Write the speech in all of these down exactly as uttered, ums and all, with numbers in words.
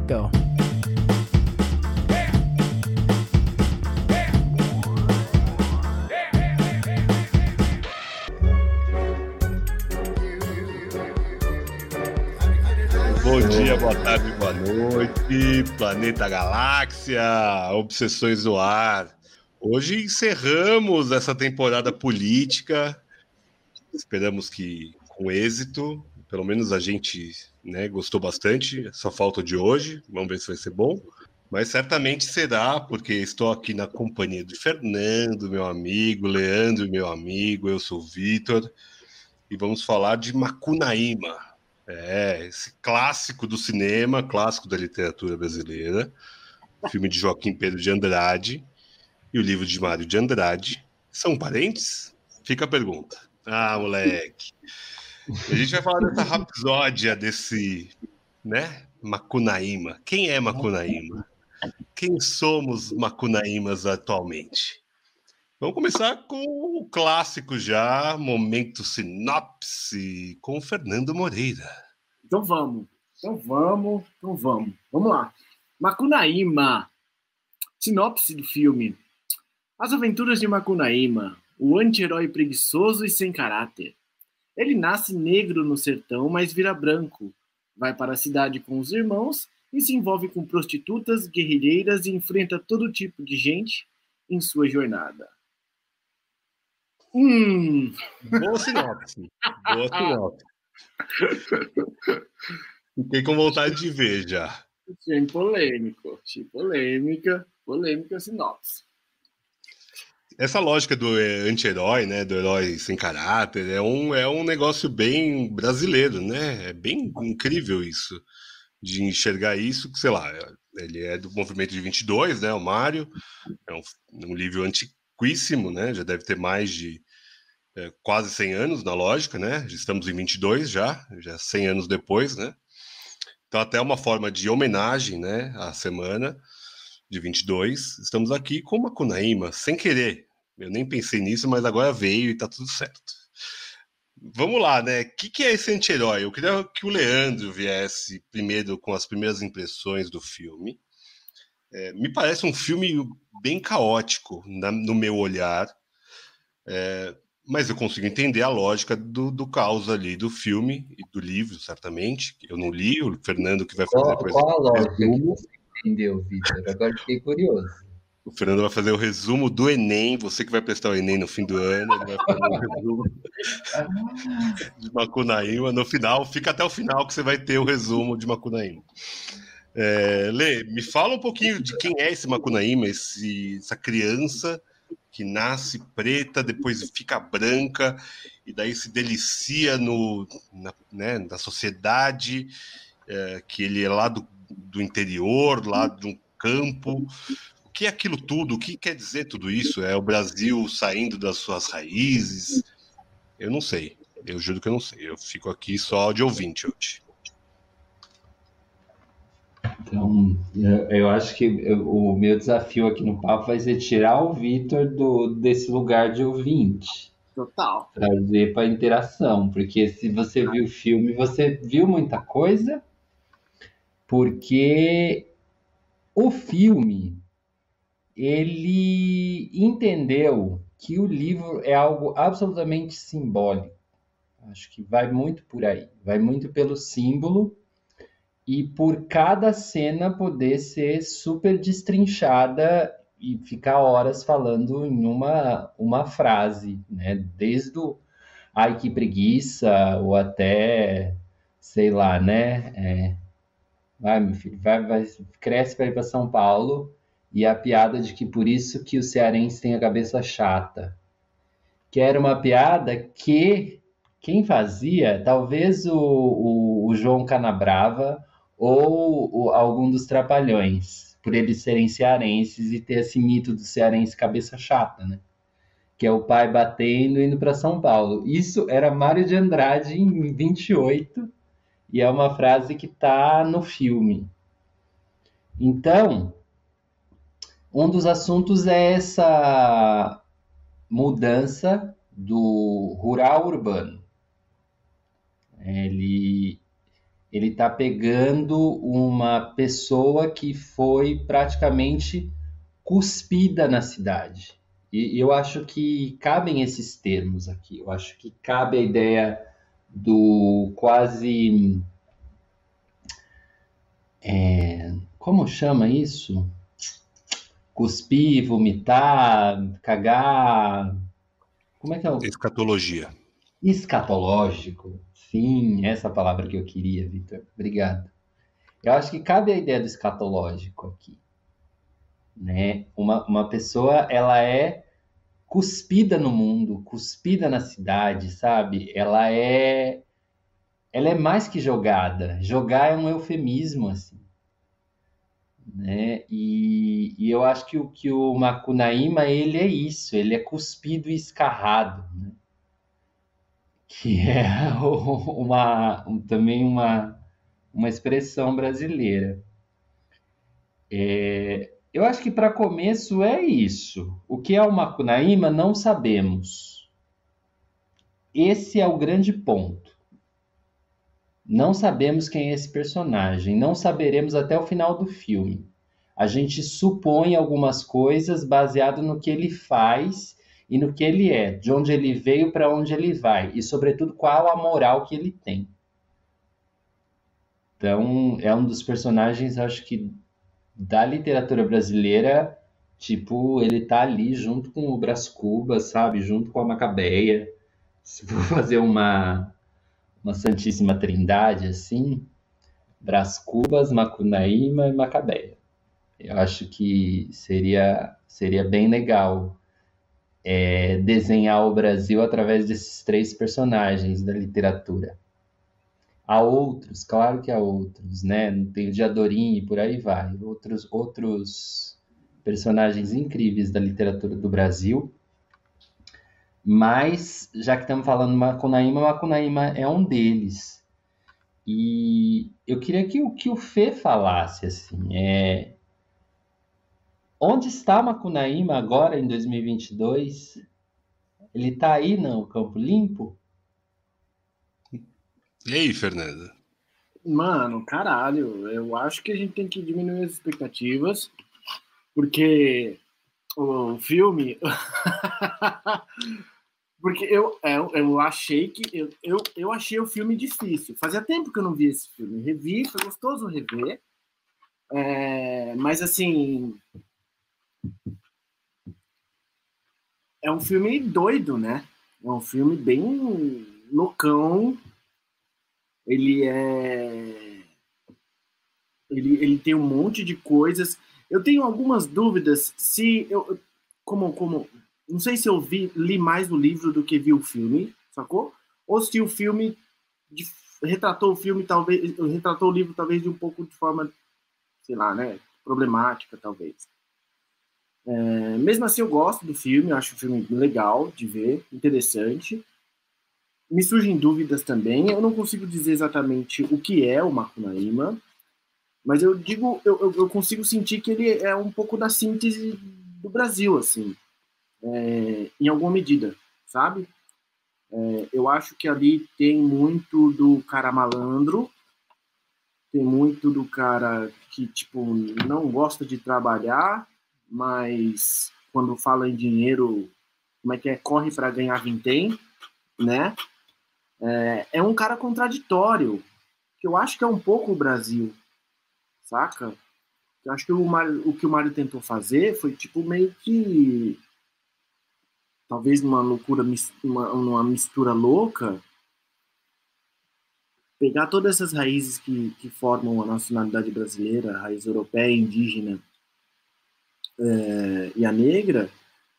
go. Bom dia, boa tarde, boa noite, Planeta Galáxia, Obsessões no Ar. Hoje encerramos essa temporada política, esperamos que com êxito, pelo menos a gente, né, gostou bastante, só falta o de hoje, vamos ver se vai ser bom. Mas certamente será, porque estou aqui na companhia de Fernando, meu amigo, Leandro, meu amigo, eu sou o Vitor, e vamos falar de Macunaíma. É, esse clássico do cinema, clássico da literatura brasileira, filme de Joaquim Pedro de Andrade e o livro de Mário de Andrade. São parentes? Fica a pergunta. Ah, moleque. E a gente vai falar dessa rapsódia desse, né, Macunaíma. Quem é Macunaíma? Quem somos Macunaímas atualmente? Vamos começar com o clássico já, momento sinopse, com o Fernando Moreira. Então vamos, então vamos, então vamos. Vamos lá. Macunaíma. Sinopse do filme. As aventuras de Macunaíma, o anti-herói preguiçoso e sem caráter. Ele nasce negro no sertão, mas vira branco. Vai para a cidade com os irmãos e se envolve com prostitutas, guerrilheiras e enfrenta todo tipo de gente em sua jornada. Hum. Boa sinopse. Boa sinopse. Fiquei com vontade de ver já. Achei polêmico. Achei polêmica. Polêmica sinopse. Essa lógica do é, anti-herói, né, do herói sem caráter, é um, é um negócio bem brasileiro, né? É bem incrível isso, de enxergar isso, que, sei lá, ele é do movimento de vinte e dois, né, o Mário, é um, um livro antiquíssimo, né, já deve ter mais de é, quase cem anos na lógica, né, estamos em vinte e dois já, já cem anos depois, né, então até uma forma de homenagem, né, à semana de vinte e dois, estamos aqui com Macunaíma, sem querer. Eu nem pensei nisso, mas agora veio e tá tudo certo. Vamos lá, né? O que, que é esse anti-herói? Eu queria que o Leandro viesse primeiro com as primeiras impressões do filme. É, me parece um filme bem caótico, na, no meu olhar, é, mas eu consigo entender a lógica do, do caos ali do filme e do livro, certamente. Eu não li, o Fernando que vai fazer Qual, depois. qual a lógica que você entendeu, Vitor? Agora fiquei curioso. O Fernando vai fazer o resumo do Enem, você que vai prestar o Enem no fim do ano, ele vai fazer o resumo de Macunaíma. No final, fica até o final que você vai ter o resumo de Macunaíma. É, Lê, me fala um pouquinho de quem é esse Macunaíma, esse, essa criança que nasce preta, depois fica branca, e daí se delicia no, na, né, na sociedade, é, que ele é lá do, do interior, lá de um campo. O que é aquilo tudo? O que quer dizer tudo isso? É o Brasil saindo das suas raízes? Eu não sei. Eu juro que eu não sei. Eu fico aqui só de ouvinte hoje. Então, eu acho que o meu desafio aqui no papo vai ser tirar o Vitor do, desse lugar de ouvinte. Total. Trazer para interação. Porque se você viu o filme, você viu muita coisa. Porque o filme... ele entendeu que o livro é algo absolutamente simbólico. Acho que vai muito por aí. Vai muito pelo símbolo e por cada cena poder ser super destrinchada e ficar horas falando em uma, uma frase, né? Desde o ai que preguiça ou até, sei lá, né? É, vai, meu filho, vai, vai, cresce para ir para São Paulo. E a piada de que por isso que o cearense tem a cabeça chata. Que era uma piada que quem fazia, talvez o, o, o João Canabrava ou o, algum dos Trapalhões, por eles serem cearenses e ter esse mito do cearense cabeça chata, né? Que é o pai batendo e indo para São Paulo. Isso era Mário de Andrade em vinte e oito e é uma frase que está no filme. Então... um dos assuntos é essa mudança do rural ao urbano. Ele, ele está pegando uma pessoa que foi praticamente cuspida na cidade. E eu acho que cabem esses termos aqui. Eu acho que cabe a ideia do quase... É, como chama isso? Cuspir, vomitar, cagar... Como é que é o... Escatologia. Escatológico. Sim, essa palavra que eu queria, Vitor. Obrigado. Eu acho que cabe a ideia do escatológico aqui, né? Uma, uma pessoa, ela é cuspida no mundo, cuspida na cidade, sabe? Ela é, ela é mais que jogada. Jogar é um eufemismo, assim, né? E, e eu acho que o, que o Macunaíma, ele é isso, ele é cuspido e escarrado, né? Que é uma, um- também uma, uma expressão brasileira. Eu acho que para começo é isso. O que é o Macunaíma não sabemos. Esse é o grande ponto. Não sabemos quem é esse personagem, não saberemos até o final do filme. A gente supõe algumas coisas baseado no que ele faz e no que ele é, de onde ele veio para onde ele vai e, sobretudo, qual a moral que ele tem. Então, é um dos personagens, acho que, da literatura brasileira, tipo, ele tá ali junto com o Brás Cubas, sabe? Junto com a Macabeia. Se for fazer uma, uma Santíssima Trindade, assim, Brás Cubas, Macunaíma e Macabeia. Eu acho que seria, seria bem legal é, desenhar o Brasil através desses três personagens da literatura. Há outros, claro que há outros, né? Tem o Diadorim e por aí vai. Outros, outros personagens incríveis da literatura do Brasil. Mas, já que estamos falando de Macunaíma, Macunaíma é um deles. E eu queria que, o- que o Fê falasse, assim, é... onde está Macunaíma agora, em dois mil e vinte e dois? Ele está aí no Campo Limpo? E aí, Fernanda? Mano, caralho, eu acho que a gente tem que diminuir as expectativas, porque o filme. Porque eu, eu, eu achei que. Eu, eu, eu achei o filme difícil. Fazia tempo que eu não via esse filme. Revi, foi gostoso rever. É, mas assim. É um filme doido, né? É um filme bem loucão. Ele é. Ele, ele tem um monte de coisas. Eu tenho algumas dúvidas se eu. Como, como. Não sei se eu vi, li mais o livro do que vi o filme, sacou? Ou se o filme de, retratou o filme, talvez. Retratou o livro, talvez, de um pouco de forma, sei lá, né? Problemática, talvez. É, mesmo assim, eu gosto do filme, eu acho o filme legal de ver, interessante. Me surgem dúvidas também. Eu não consigo dizer exatamente o que é o Macunaíma, mas eu digo, eu, eu, eu consigo sentir que ele é um pouco da síntese do Brasil, assim, é, em alguma medida, sabe? É, eu acho que ali tem muito do cara malandro, tem muito do cara que, tipo, não gosta de trabalhar, mas quando fala em dinheiro, como é que é? Corre para ganhar vintém, né? É, é um cara contraditório, que eu acho que é um pouco o Brasil, saca? Eu acho que o, Mário, o que o Mário tentou fazer foi, tipo, meio que, talvez numa loucura, uma, uma mistura louca, pegar todas essas raízes que, que formam a nacionalidade brasileira, a raiz europeia, indígena é, e a negra,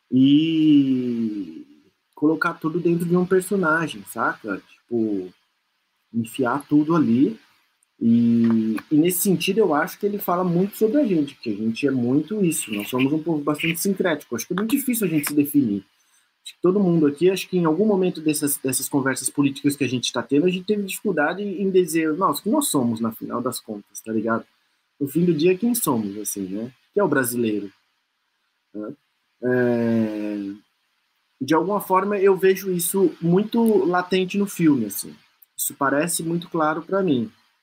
e colocar tudo dentro de um personagem, saca? Tipo, enfiar tudo ali. E, e nesse sentido, eu acho que ele fala muito sobre a gente, que a gente é muito isso. Nós somos um povo bastante sincrético. Acho que é muito difícil a gente se definir. Acho que todo mundo aqui, acho que em algum momento dessas, dessas conversas políticas que a gente está tendo, a gente teve dificuldade em dizer, nossa, o que nós somos, na final das contas, tá ligado? No fim do dia, quem somos, assim, né? Que é o brasileiro. Né? É... De alguma forma, eu vejo isso muito latente no filme, assim. Isso parece muito claro para mim.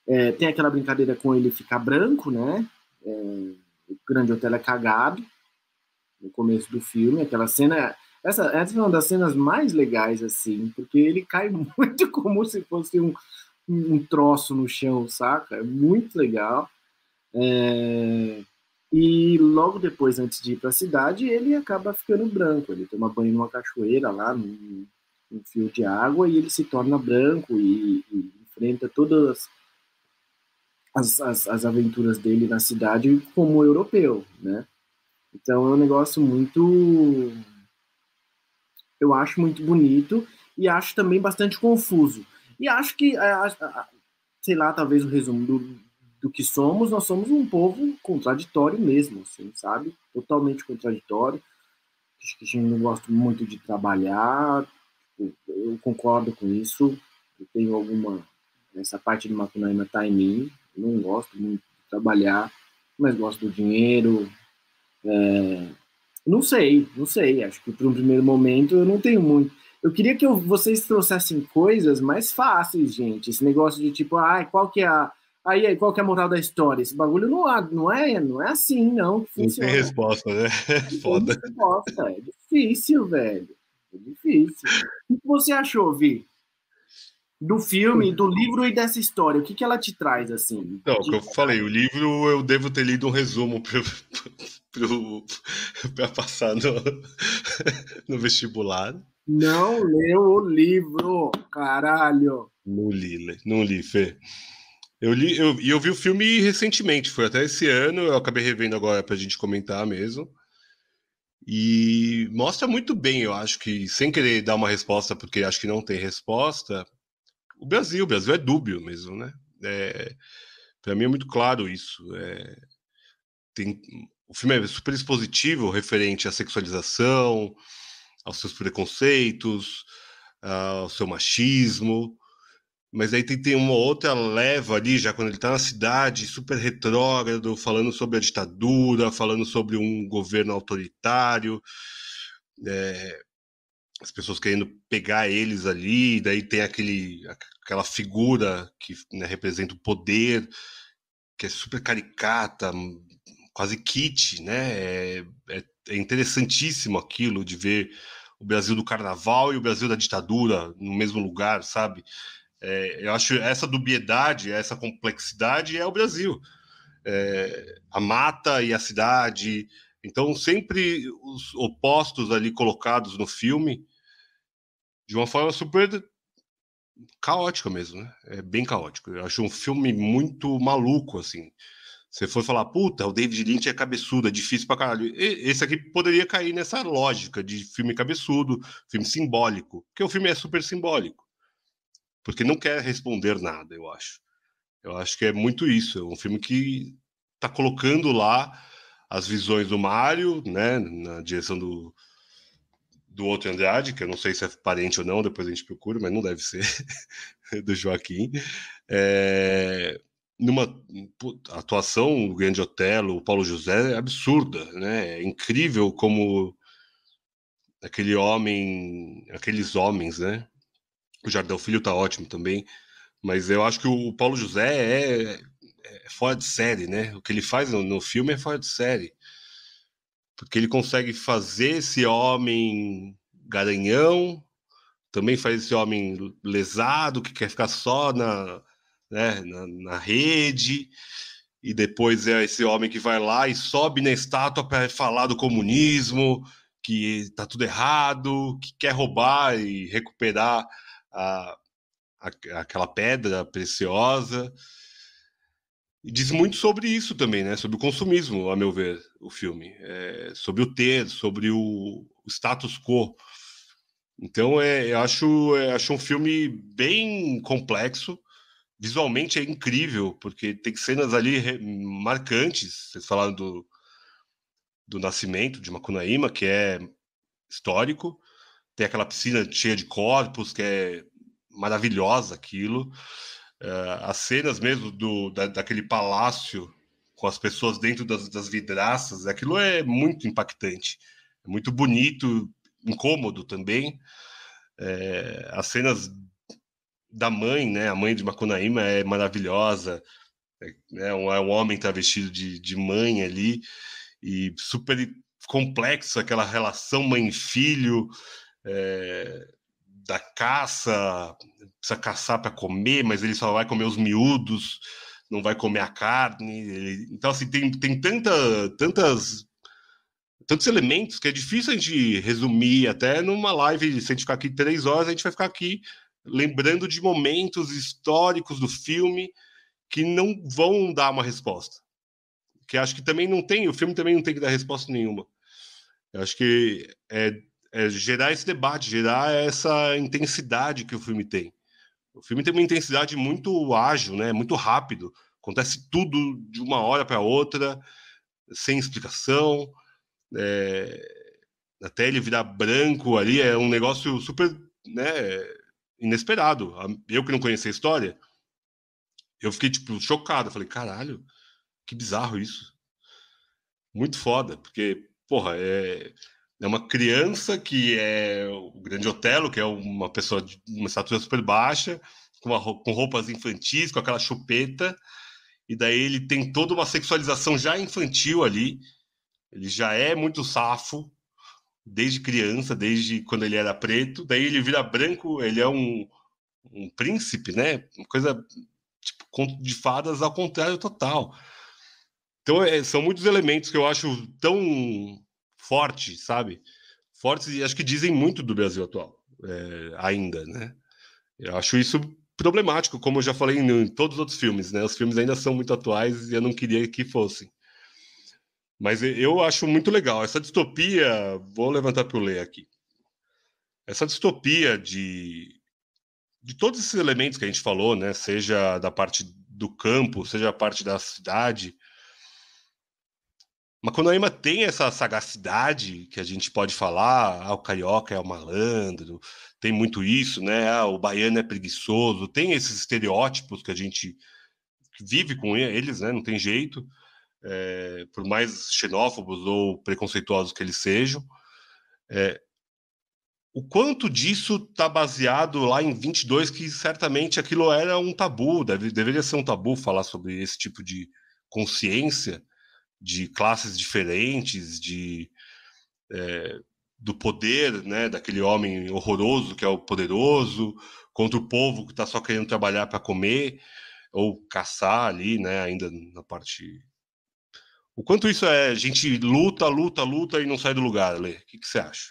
É, tem aquela brincadeira com ele ficar branco, né? É, o Grande Hotel é cagado no começo do filme, aquela cena. Essa, essa é uma das cenas mais legais, assim, porque ele cai muito como se fosse um, um troço no chão, saca? É muito legal. É, e logo depois, antes de ir para a cidade, ele acaba ficando branco. Ele toma banho numa cachoeira lá, num, num fio de água, e ele se torna branco e, e enfrenta todas as, as, as aventuras dele na cidade como europeu, né? Então é um negócio muito, eu acho muito bonito e acho também bastante confuso. E acho que, sei lá, talvez o resumo do, do que somos, nós somos um povo contraditório mesmo, assim, sabe? Totalmente contraditório. Acho que a gente não gosta muito de trabalhar, eu concordo com isso. Eu tenho alguma... Essa parte de Macunaíma está em mim. Eu não gosto muito de trabalhar, mas gosto do dinheiro. É... Não sei, não sei. Acho que para um primeiro momento eu não tenho muito. Eu queria que eu, vocês trouxessem coisas mais fáceis, gente. Esse negócio de tipo, ah, qual que é a... Aí, aí, qual que é a moral da história? Esse bagulho não, não, é, não é assim, não, que funciona. Não tem resposta, né? Não Foda. tem resposta. É difícil, velho. É difícil. O que você achou, Vi? Do filme, do livro e dessa história, o que, que ela te traz, assim? Não, o De... que eu falei, o livro eu devo ter lido um resumo para passar no, no vestibular. Não leu o livro, caralho. Não li, não li, Fê. Eu li, eu, e eu vi o filme recentemente, foi até esse ano, eu acabei revendo agora pra gente comentar mesmo. E mostra muito bem, eu acho que, sem querer dar uma resposta, porque acho que não tem resposta, o Brasil, o Brasil é dúbio mesmo, né? É, para mim é muito claro isso. É, tem, o filme é super expositivo, referente à sexualização, aos seus preconceitos, ao seu machismo, mas aí tem, tem uma outra leva ali, já quando ele tá na cidade, super retrógrado, falando sobre a ditadura, falando sobre um governo autoritário, é, as pessoas querendo pegar eles ali, daí tem aquele, aquela figura que, né, representa o poder, que é super caricata, quase kitsch, né? É, é, é interessantíssimo aquilo de ver o Brasil do carnaval e o Brasil da ditadura no mesmo lugar, sabe? É, eu acho essa dubiedade, essa complexidade é o Brasil. É, a mata e a cidade. Então, sempre os opostos ali colocados no filme de uma forma super caótica mesmo, né? É bem caótico. Eu acho um filme muito maluco, assim. Você for falar, puta, o David Lynch é cabeçudo, é difícil pra caralho. Esse aqui poderia cair nessa lógica de filme cabeçudo, filme simbólico, porque o filme é super simbólico. Porque não quer responder nada, eu acho. Eu acho que é muito isso. É um filme que tá colocando lá as visões do Mário, né, na direção do, do outro Andrade, que eu não sei se é parente ou não, depois a gente procura, mas não deve ser, do Joaquim. É, numa atuação, o Grande Otelo, o Paulo José, é absurda, né? É incrível como aquele homem, aqueles homens, né? O Jardel Filho tá ótimo também, mas eu acho que o Paulo José é, é fora de série, né? O que ele faz no, no filme é fora de série. Porque ele consegue fazer esse homem garanhão, também faz esse homem lesado, que quer ficar só na, né, na, na rede, e depois é esse homem que vai lá e sobe na estátua para falar do comunismo, que tá tudo errado, que quer roubar e recuperar a, a, aquela pedra preciosa. E diz muito sobre isso também, né? Sobre o consumismo, a meu ver, o filme. É, sobre o ter, sobre o, o status quo. Então, é, eu acho, é, acho um filme bem complexo. Visualmente é incrível, porque tem cenas ali marcantes. Vocês falaram do, do nascimento de Macunaíma, que é histórico. Tem aquela piscina cheia de corpos, que é maravilhosa aquilo. Uh, as cenas mesmo do, da, daquele palácio com as pessoas dentro das, das vidraças, aquilo é muito impactante, é muito bonito, incômodo também. É, as cenas da mãe, né? A mãe de Macunaíma é maravilhosa, é um, é um homem travestido de, de mãe ali, e super complexo aquela relação mãe-filho, é, da caça, precisa caçar para comer, mas ele só vai comer os miúdos, não vai comer a carne. Ele... Então, assim, tem, tem tanta, tantas, tantos elementos que é difícil a gente resumir até numa live. Se a gente ficar aqui três horas, a gente vai ficar aqui lembrando de momentos históricos do filme que não vão dar uma resposta. Que acho que também não tem, o filme também não tem que dar resposta nenhuma. Eu acho que é, é gerar esse debate, gerar essa intensidade que o filme tem. O filme tem uma intensidade muito ágil, né? Muito rápido. Acontece tudo de uma hora para outra, sem explicação. É... Até ele virar branco ali é um negócio super, né, inesperado. Eu que não conhecia a história, eu fiquei tipo chocado. Eu falei, caralho, que bizarro isso. Muito foda, porque, porra, é, é uma criança que é o Grande Otelo, que é uma pessoa de uma estatura super baixa, com, uma, com roupas infantis, com aquela chupeta, e daí ele tem toda uma sexualização já infantil ali, ele já é muito safo, desde criança, desde quando ele era preto, daí ele vira branco, ele é um, um príncipe, né? Uma coisa, tipo, conto de fadas ao contrário total. Então, é, são muitos elementos que eu acho tão fortes, sabe? Fortes e acho que dizem muito do Brasil atual, é, ainda, né? Eu acho isso problemático, como eu já falei em, em todos os outros filmes, né? Os filmes ainda são muito atuais e eu não queria que fossem. Mas eu acho muito legal. Essa distopia, vou levantar para o Lê aqui. Essa distopia de, de todos esses elementos que a gente falou, né? Seja da parte do campo, seja a parte da cidade. Macunaíma tem essa sagacidade que a gente pode falar, ah, o carioca é o malandro, tem muito isso, né? Ah, o baiano é preguiçoso, tem esses estereótipos que a gente vive com eles, né? Não tem jeito, é, por mais xenófobos ou preconceituosos que eles sejam. É, o quanto disso está baseado lá em vinte e dois, que certamente aquilo era um tabu, deve, deveria ser um tabu falar sobre esse tipo de consciência, de classes diferentes, de, é, do poder, né, daquele homem horroroso que é o poderoso, contra o povo que está só querendo trabalhar para comer, ou caçar ali, né, ainda na parte... O quanto isso é, a gente luta, luta, luta e não sai do lugar, Lê? O que, que você acha?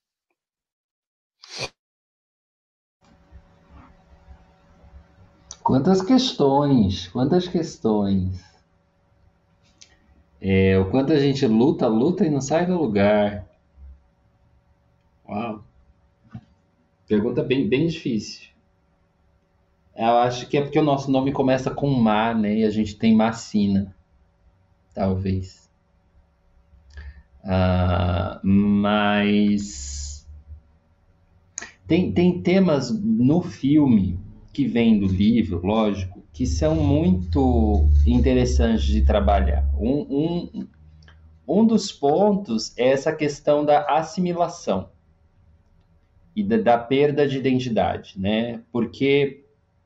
Quantas questões, quantas questões. É, o quanto a gente luta, luta e não sai do lugar. Uau. Pergunta bem, bem difícil. Eu acho que é porque o nosso nome começa com Ma, né? E a gente tem Macina, talvez. Ah, mas tem, tem temas no filme que vêm do livro, lógico, que são muito interessantes de trabalhar. Um, um, um dos pontos é essa questão da assimilação e da, da perda de identidade, né? Porque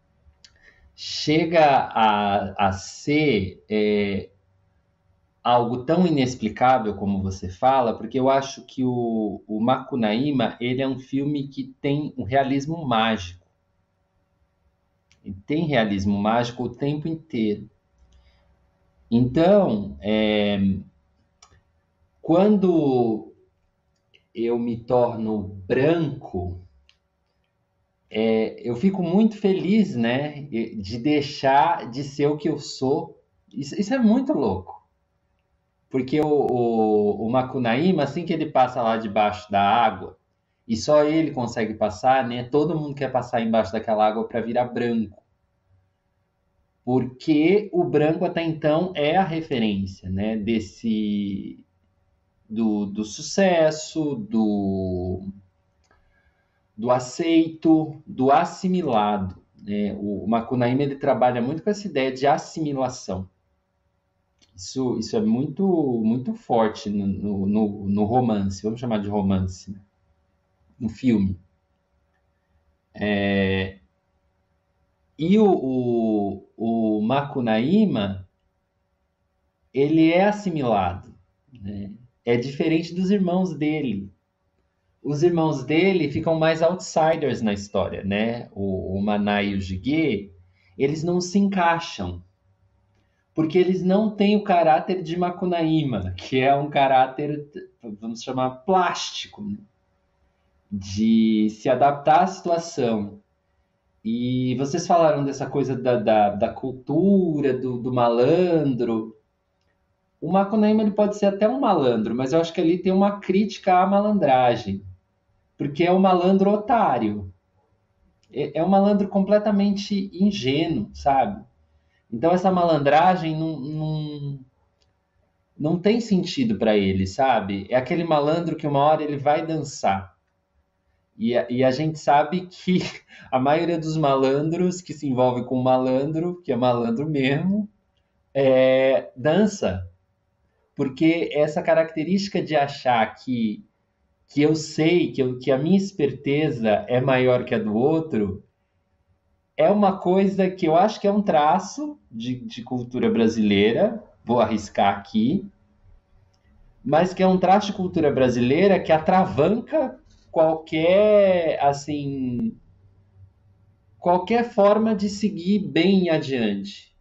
chega a, a ser é, algo tão inexplicável como você fala, porque eu acho que o, o Macunaíma, ele é um filme que tem um realismo mágico. Ele tem realismo mágico o tempo inteiro. Então, é, quando eu me torno branco, é, eu fico muito feliz, né, de deixar de ser o que eu sou. Isso, isso é muito louco. Porque o, o, o Macunaíma, assim que ele passa lá debaixo da água, e só ele consegue passar, né? Todo mundo quer passar embaixo daquela água para virar branco. Porque o branco até então é a referência, né? Desse... Do, do sucesso, do, do aceito, do assimilado, né? O, o Macunaíma, ele trabalha muito com essa ideia de assimilação. Isso, isso é muito, muito forte no, no, no romance, vamos chamar de romance, né? No filme. É, E o, o, o Macunaíma, ele é assimilado, né? É diferente dos irmãos dele. Os irmãos dele ficam mais outsiders na história, né? O, o Maná e o Jiguê, eles não se encaixam, porque eles não têm o caráter de Macunaíma, que é um caráter, vamos chamar, plástico, né? De se adaptar à situação. E vocês falaram dessa coisa da, da, da cultura, do, do malandro. O Macunaíma ele pode ser até um malandro, mas eu acho que ali tem uma crítica à malandragem, porque é um malandro otário. É, é um malandro completamente ingênuo, sabe? Então essa malandragem não, não, não tem sentido para ele, sabe? É aquele malandro que uma hora ele vai dançar. E a, e a gente sabe que a maioria dos malandros que se envolve com malandro, que é malandro mesmo, é, dança. Porque essa característica de achar que, que eu sei, que, eu, que a minha esperteza é maior que a do outro, é uma coisa que eu acho que é um traço de, de cultura brasileira, vou arriscar aqui, mas que é um traço de cultura brasileira que atravanca qualquer, assim, qualquer forma de seguir bem adiante.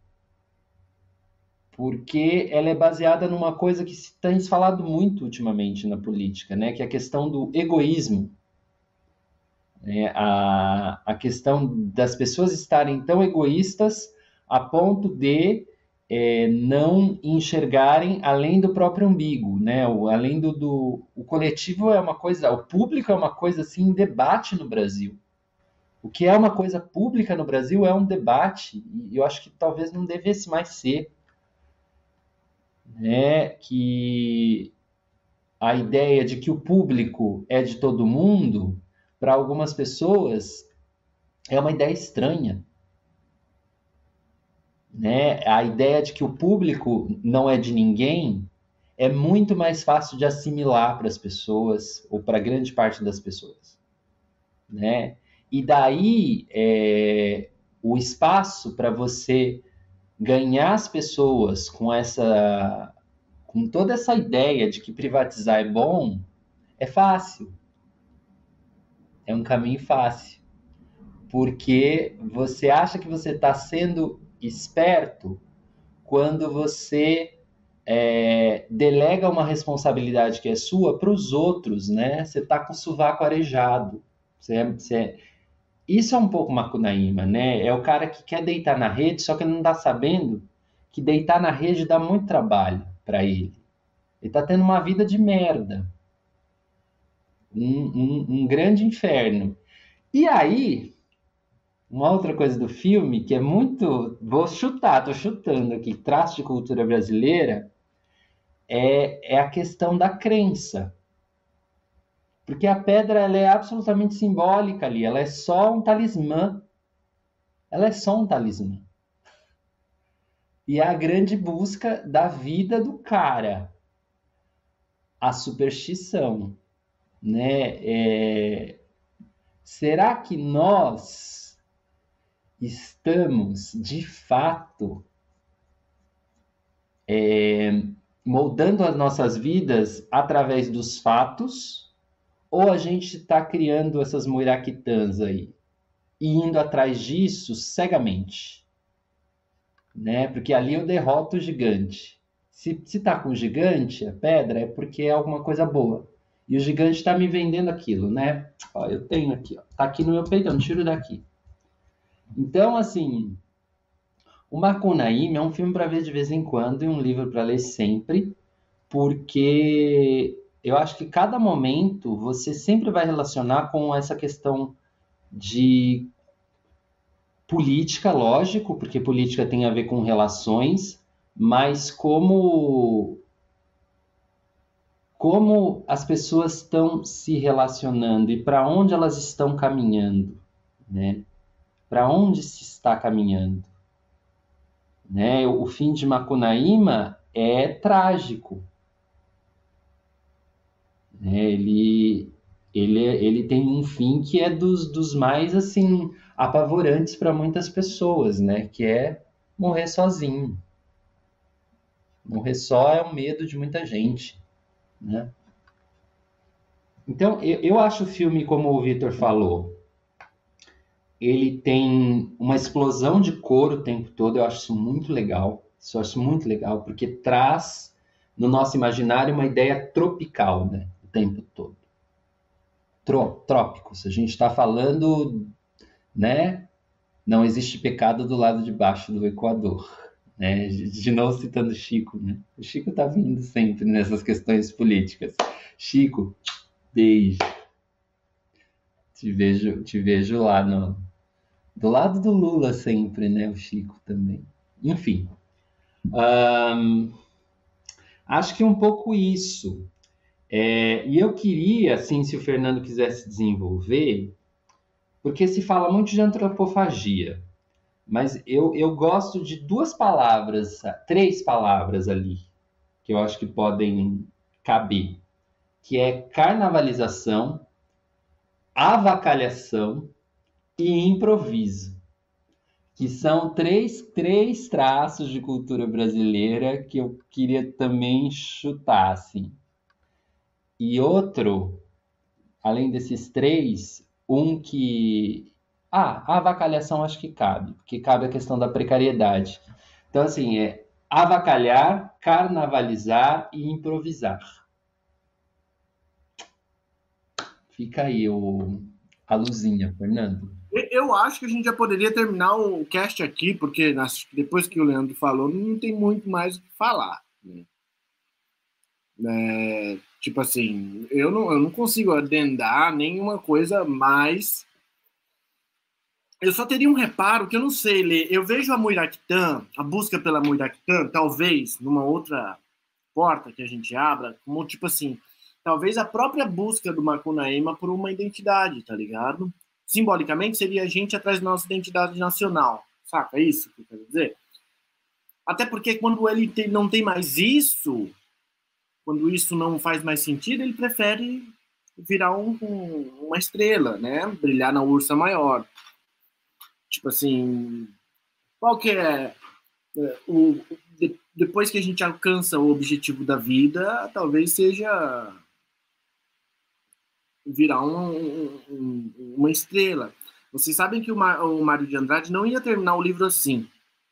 Porque ela é baseada numa coisa que se tem se falado muito ultimamente na política, né? Que é a questão do egoísmo. É, a, a questão das pessoas estarem tão egoístas a ponto de é, não enxergarem além do próprio umbigo, né? O, além do, do... O coletivo é uma coisa... O público é uma coisa, assim, em debate no Brasil. O que é uma coisa pública no Brasil é um debate, e eu acho que talvez não devesse mais ser. Né? Que a ideia de que o público é de todo mundo, para algumas pessoas, é uma ideia estranha. Né? A ideia de que o público não é de ninguém é muito mais fácil de assimilar para as pessoas, ou para grande parte das pessoas. Né? E daí, é, o espaço para você ganhar as pessoas com essa, com toda essa ideia de que privatizar é bom, é fácil. É um caminho fácil. Porque você acha que você está sendo esperto quando você é, delega uma responsabilidade que é sua para os outros, né? Você está com o sovaco arejado. Você, você... Isso é um pouco Macunaíma, né? É o cara que quer deitar na rede, só que ele não está sabendo que deitar na rede dá muito trabalho para ele. Ele está tendo uma vida de merda. Um, um, um grande inferno. E aí, uma outra coisa do filme, que é muito... Vou chutar, tô chutando aqui, traço de cultura brasileira, é, é a questão da crença. Porque a pedra ela é absolutamente simbólica ali, ela é só um talismã. Ela é só um talismã. E é a grande busca da vida do cara. A superstição. Né? É... Será que nós estamos, de fato, é... moldando as nossas vidas através dos fatos? Ou a gente está criando essas muraquitãs aí e indo atrás disso cegamente? Né? Porque ali eu derroto o gigante. Se está com o gigante, a pedra, é porque é alguma coisa boa. E o gigante está me vendendo aquilo, né? Ó, eu tenho aqui, ó. Tá aqui no meu peitão, tiro daqui. Então, assim, o Macunaíma é um filme para ver de vez em quando e um livro para ler sempre, porque eu acho que cada momento você sempre vai relacionar com essa questão de política, lógico, porque política tem a ver com relações, mas como, como as pessoas estão se relacionando e para onde elas estão caminhando, né? Para onde se está caminhando. Né? O fim de Macunaíma é trágico. Né? Ele, ele, ele tem um fim que é dos, dos mais assim apavorantes para muitas pessoas, né? Que é morrer sozinho. Morrer só é o medo de muita gente, né? Então, eu, eu acho o filme, como o Vitor falou, ele tem uma explosão de cor o tempo todo, eu acho isso muito legal, isso eu acho muito legal, porque traz no nosso imaginário uma ideia tropical, né? O tempo todo. Tro, trópicos, a gente está falando, né? Não existe pecado do lado de baixo do Equador. Né? De novo citando Chico, né? O Chico tá vindo sempre nessas questões políticas. Chico, beijo. Te vejo, te vejo lá no, do lado do Lula sempre, né? O Chico também. Enfim. Um, acho que é um pouco isso. É, e eu queria, assim, se o Fernando quisesse desenvolver, porque se fala muito de antropofagia, mas eu, eu gosto de duas palavras, três palavras ali, que eu acho que podem caber, que é carnavalização, avacalhação e improviso, que são três, três traços de cultura brasileira que eu queria também chutar, assim. E outro, além desses três, um que... Ah, a avacalhação acho que cabe, porque cabe a questão da precariedade. Então, assim, é avacalhar, carnavalizar e improvisar. Fica aí o, a luzinha, Fernando. Eu acho que a gente já poderia terminar o cast aqui, porque depois que o Leandro falou, não tem muito mais o que falar. Né? É, tipo assim, eu não, eu não consigo adendar nenhuma coisa mais... Eu só teria um reparo que eu não sei, Lê. Eu vejo a Muiractã, a busca pela Muiractã, talvez, numa outra porta que a gente abra, como tipo assim, talvez a própria busca do Macunaíma por uma identidade, tá ligado? Simbolicamente seria a gente atrás da nossa identidade nacional, saca isso que eu quero dizer? Até porque quando ele tem, não tem mais isso, quando isso não faz mais sentido, ele prefere virar um, um, uma estrela, né? Brilhar na ursa maior. Tipo assim, qual que é, é o, de, depois que a gente alcança o objetivo da vida, talvez seja virar um, um, uma estrela. Vocês sabem que o, Mar, o Mário de Andrade não ia terminar o livro assim.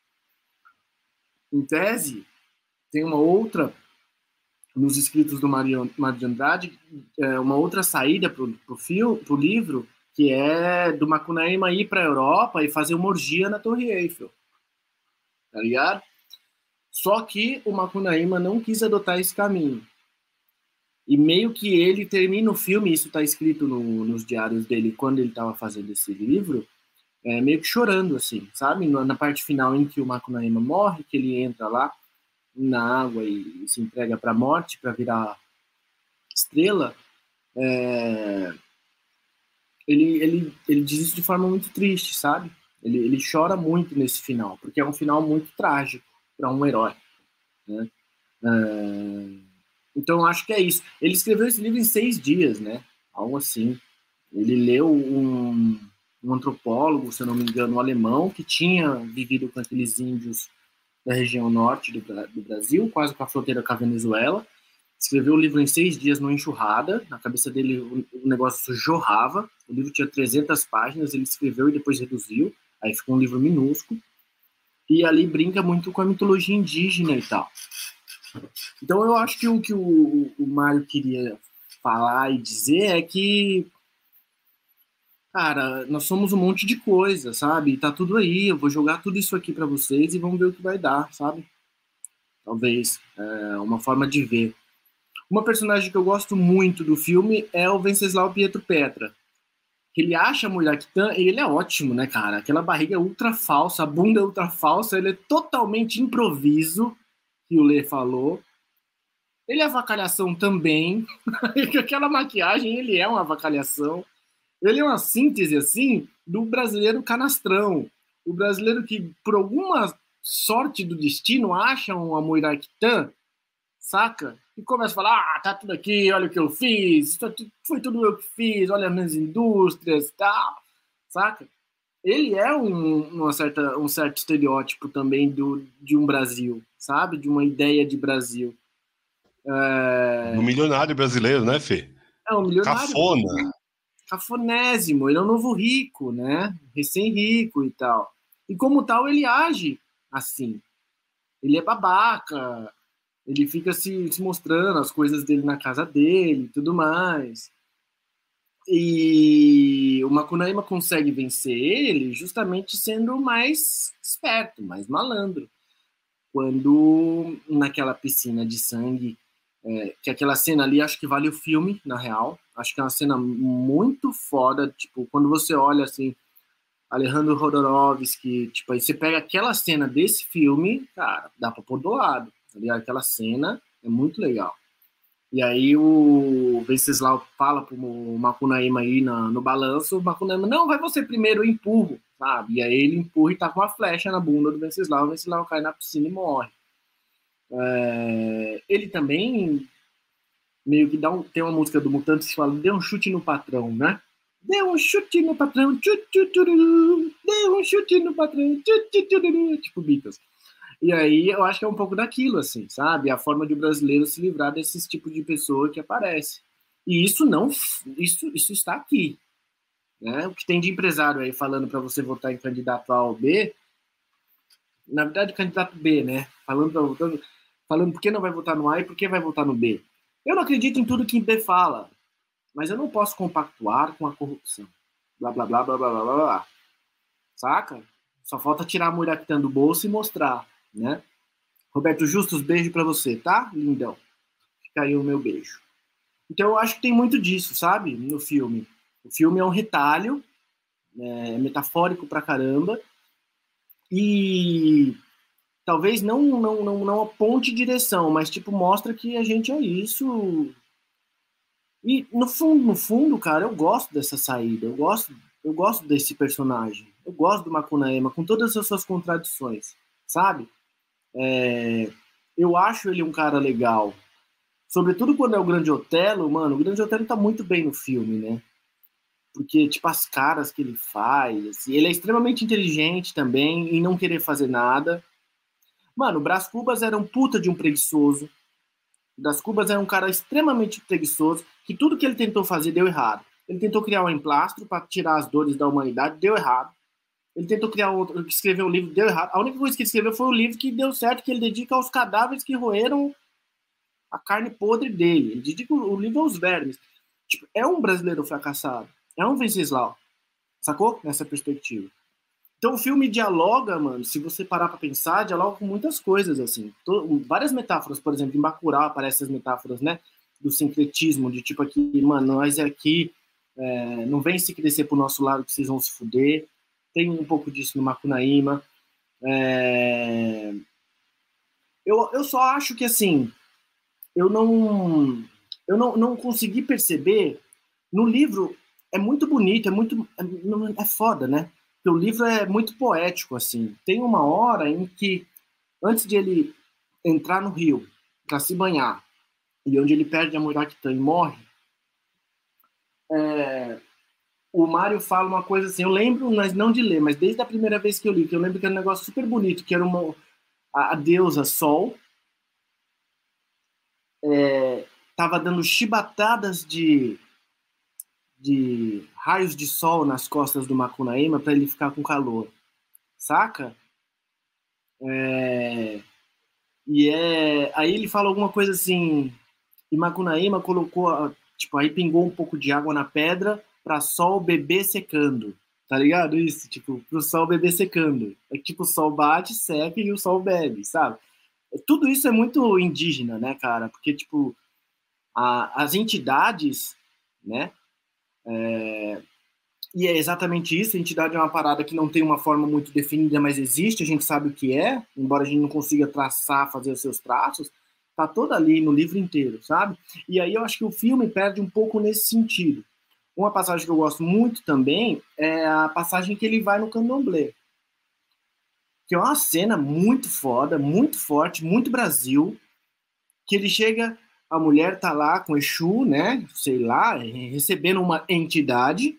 Em tese, tem uma outra, nos escritos do Mário, Mário de Andrade, é, uma outra saída para o livro, que é do Macunaíma ir para a Europa e fazer uma orgia na Torre Eiffel. Tá ligado? Só que o Macunaíma não quis adotar esse caminho. E meio que ele termina o filme, isso está escrito no, nos diários dele, quando ele estava fazendo esse livro, é, meio que chorando, assim, sabe? Na parte final em que o Macunaíma morre, que ele entra lá na água e, e se entrega para a morte, para virar estrela, é... Ele, ele, ele diz isso de forma muito triste, sabe? Ele, ele chora muito nesse final, porque é um final muito trágico para um herói. Né? É... Então, acho que é isso. Ele escreveu esse livro em seis dias, né? Algo assim. Ele leu um, um antropólogo, se eu não me engano, um alemão, que tinha vivido com aqueles índios da região norte do, do Brasil, quase com a fronteira com a Venezuela. Escreveu o livro em seis dias numa enxurrada, na cabeça dele o, o negócio jorrava, o livro tinha trezentas páginas, ele escreveu e depois reduziu, aí ficou um livro minúsculo, e ali brinca muito com a mitologia indígena e tal. Então eu acho que o que o, o Mário queria falar e dizer é que, cara, nós somos um monte de coisa, sabe? Tá tudo aí, eu vou jogar tudo isso aqui para vocês e vamos ver o que vai dar, sabe? Talvez, é uma forma de ver. Uma personagem que eu gosto muito do filme é o Venceslau Pietro Petra. Ele acha a Muiractã e ele é ótimo, né, cara? Aquela barriga é ultra falsa, a bunda é ultra falsa, ele é totalmente improviso, que o Lê falou. Ele é avacalhação também. Aquela maquiagem, ele é uma avacalhação. Ele é uma síntese, assim, do brasileiro canastrão. O brasileiro que, por alguma sorte do destino, acha uma Muiractã, saca? E começa a falar, ah, tá tudo aqui, olha o que eu fiz, foi tudo eu que fiz, olha as minhas indústrias, tal, saca? ele é um, uma certa, um certo estereótipo também do, de um Brasil, sabe? De uma ideia de Brasil. É, Do milionário brasileiro, né, Fê? é um milionário. Cafona. Cafonésimo, ele é um novo rico, né? Recém-rico e tal. E como tal, ele age assim. Ele é babaca, ele fica se, se mostrando as coisas dele na casa dele e tudo mais. E o Macunaíma consegue vencer ele justamente sendo mais esperto, mais malandro. Quando naquela piscina de sangue, é, que aquela cena ali acho que vale o filme, na real. Acho que é uma cena muito foda, tipo, quando você olha assim, Alejandro Jodorowsky, tipo, aí você pega aquela cena desse filme, cara, dá pra pôr do lado, tá ligado? Aquela cena é muito legal. E aí o Venceslau fala pro Macunaíma aí na, no balanço, o Macunaíma, não, vai você primeiro, eu empurro, sabe? E aí ele empurra e tá com uma flecha na bunda do Venceslau, o Venceslau cai na piscina e morre. É, ele também meio que dá um, tem uma música do Mutantes que fala, dê um chute no patrão, né? Deu um chute no patrão, tchu, tchu, tchu, deu um chute no patrão, tchu, tchu, tchu, tipo Beatles. E aí eu acho que é um pouco daquilo, assim, sabe? A forma de o brasileiro se livrar desses tipos de pessoa que aparece. E isso não, isso, isso está aqui, né? O que tem de empresário aí falando para você votar em candidato A ou B, na verdade candidato B, né? Falando para votar, falando por que não vai votar no A e por que vai votar no B. Eu não acredito em tudo que B fala, mas eu não posso compactuar com a corrupção. Blá, blá, blá, blá, blá, blá, blá. Saca? Só falta tirar a mulher que tá do bolso e mostrar, né? Roberto Justus, beijo pra você, tá? Lindão. Fica aí o meu beijo. Então eu acho que tem muito disso, sabe? No filme. O filme é um retalho, é metafórico pra caramba, e talvez não, não, não, não aponte direção, mas tipo, mostra que a gente é isso. E no fundo, no fundo, cara, eu gosto dessa saída, eu gosto, eu gosto desse personagem, eu gosto do Macunaíma, com todas as suas contradições, sabe? É, eu acho ele um cara legal, sobretudo quando é o Grande Otelo, mano, o Grande Otelo tá muito bem no filme, né? Porque, tipo, as caras que ele faz, assim, ele é extremamente inteligente também, em não querer fazer nada. Mano, o Brás Cubas era um puta de um preguiçoso, o Brás Cubas era um cara extremamente preguiçoso, que tudo que ele tentou fazer deu errado. Ele tentou criar um emplastro para tirar as dores da humanidade, deu errado. Ele tentou criar outro, escrever um livro, deu errado. A única coisa que ele escreveu foi o livro que deu certo, que ele dedica aos cadáveres que roeram a carne podre dele. Ele dedica o livro aos vermes. Tipo, é um brasileiro fracassado. É um Venceslau. Sacou? Nessa perspectiva. Então o filme dialoga, mano, se você parar pra pensar, dialoga com muitas coisas, assim. Tô, várias metáforas, por exemplo, em Bacurau aparecem as metáforas, né? Do sincretismo, de tipo aqui, mano, nós é aqui, é, não vem se crescer pro nosso lado que vocês vão se fuder. Tem um pouco disso no Macunaíma. É... Eu, eu só acho que, assim, eu não, eu não, não consegui perceber. No livro é muito bonito, é muito. É, é foda, né? Porque o livro é muito poético, assim. Tem uma hora em que, antes de ele entrar no rio para se banhar, e onde ele perde a Muraktan e morre, é, o Mário fala uma coisa assim, eu lembro, mas não de ler, mas desde a primeira vez que eu li, que eu lembro que era um negócio super bonito, que era uma, a, a deusa Sol, é, tava dando chibatadas de, de raios de sol nas costas do Macunaíma para ele ficar com calor, saca? É, e é, aí ele fala alguma coisa assim, e Macunaíma colocou, tipo, aí pingou um pouco de água na pedra para sol beber secando, tá ligado? Isso, tipo, pro sol beber secando. É tipo, o sol bate, seca e o sol bebe, sabe? Tudo isso é muito indígena, né, cara? Porque, tipo, a, as entidades, né? É, e é exatamente isso, a entidade é uma parada que não tem uma forma muito definida, mas existe, a gente sabe o que é, embora a gente não consiga traçar, fazer os seus traços, tá toda ali no livro inteiro, sabe? E aí eu acho que o filme perde um pouco nesse sentido. Uma passagem que eu gosto muito também é a passagem que ele vai no candomblé, que é uma cena muito foda, muito forte, muito Brasil, que ele chega, a mulher tá lá com Exu, né, sei lá, recebendo uma entidade,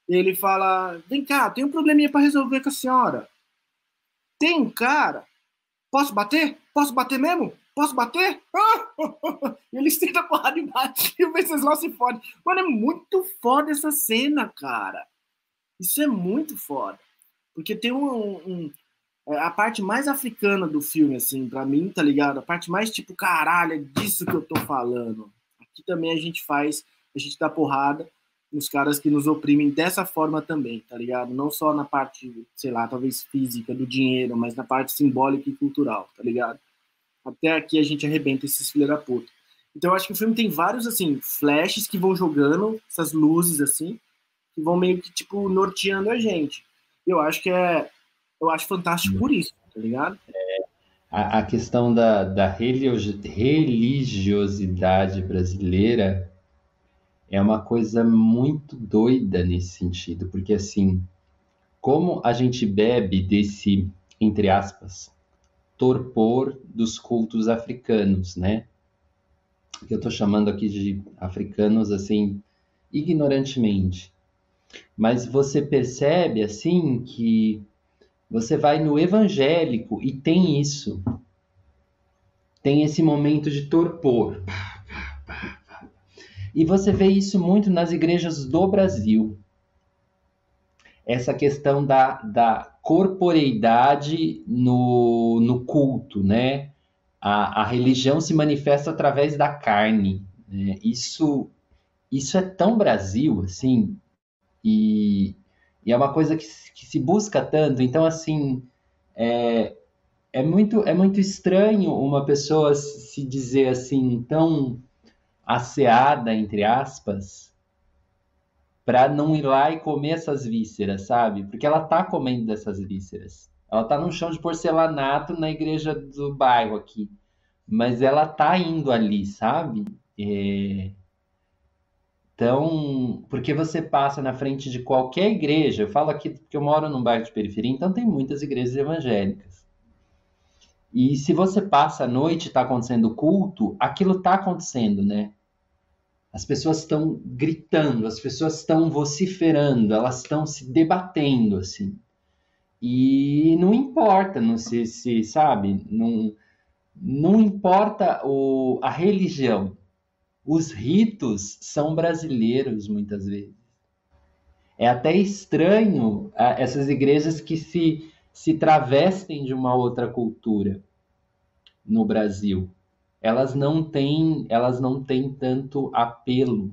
Ele fala, vem cá, tem um probleminha para resolver com a senhora. Tem um cara, posso bater? Posso bater mesmo? Posso bater? E ele estende a porrada embaixo e o Venceslau se fode. Mano, é muito foda essa cena, cara. Isso é muito foda. Porque tem um, um... a parte mais africana do filme, assim, pra mim, tá ligado? A parte mais tipo, caralho, é disso que eu tô falando. Aqui também a gente faz, a gente dá porrada nos caras que nos oprimem dessa forma também, tá ligado? Não só na parte, sei lá, talvez física, do dinheiro, mas na parte simbólica e cultural, tá ligado? Até aqui a gente arrebenta esses filha da puta. Então eu acho que o filme tem vários, assim, flashes que vão jogando, essas luzes, assim, que vão meio que, tipo, norteando a gente. Eu acho que é... Eu acho fantástico por isso, tá ligado? A, a questão da, da religiosidade brasileira é uma coisa muito doida nesse sentido, porque, assim, como a gente bebe desse, entre aspas, torpor dos cultos africanos, né? Que eu tô chamando aqui de africanos, assim, ignorantemente. Mas você percebe, assim, que você vai no evangélico e tem isso. Tem esse momento de torpor. E você vê isso muito nas igrejas do Brasil. Essa questão da, da corporeidade no, no culto, né? A, a religião se manifesta através da carne. Né? Isso, isso é tão Brasil, assim, e, e é uma coisa que, que se busca tanto. Então, assim, é, é, muito, é muito estranho uma pessoa se dizer assim, tão asseada, entre aspas, para não ir lá e comer essas vísceras, sabe? Porque ela tá comendo dessas vísceras. Ela tá num chão de porcelanato na igreja do bairro aqui. Mas ela tá indo ali, sabe? É... Então, porque você passa na frente de qualquer igreja, eu falo aqui porque eu moro num bairro de periferia, então tem muitas igrejas evangélicas. E se você passa a noite e está acontecendo culto, aquilo está acontecendo, né? As pessoas estão gritando, as pessoas estão vociferando, elas estão se debatendo, assim. E não importa, não se, se sabe, não, não importa o, a religião. Os ritos são brasileiros, muitas vezes. É até estranho a, essas igrejas que se, se travestem de uma outra cultura no Brasil. Elas não têm, elas não têm tanto apelo.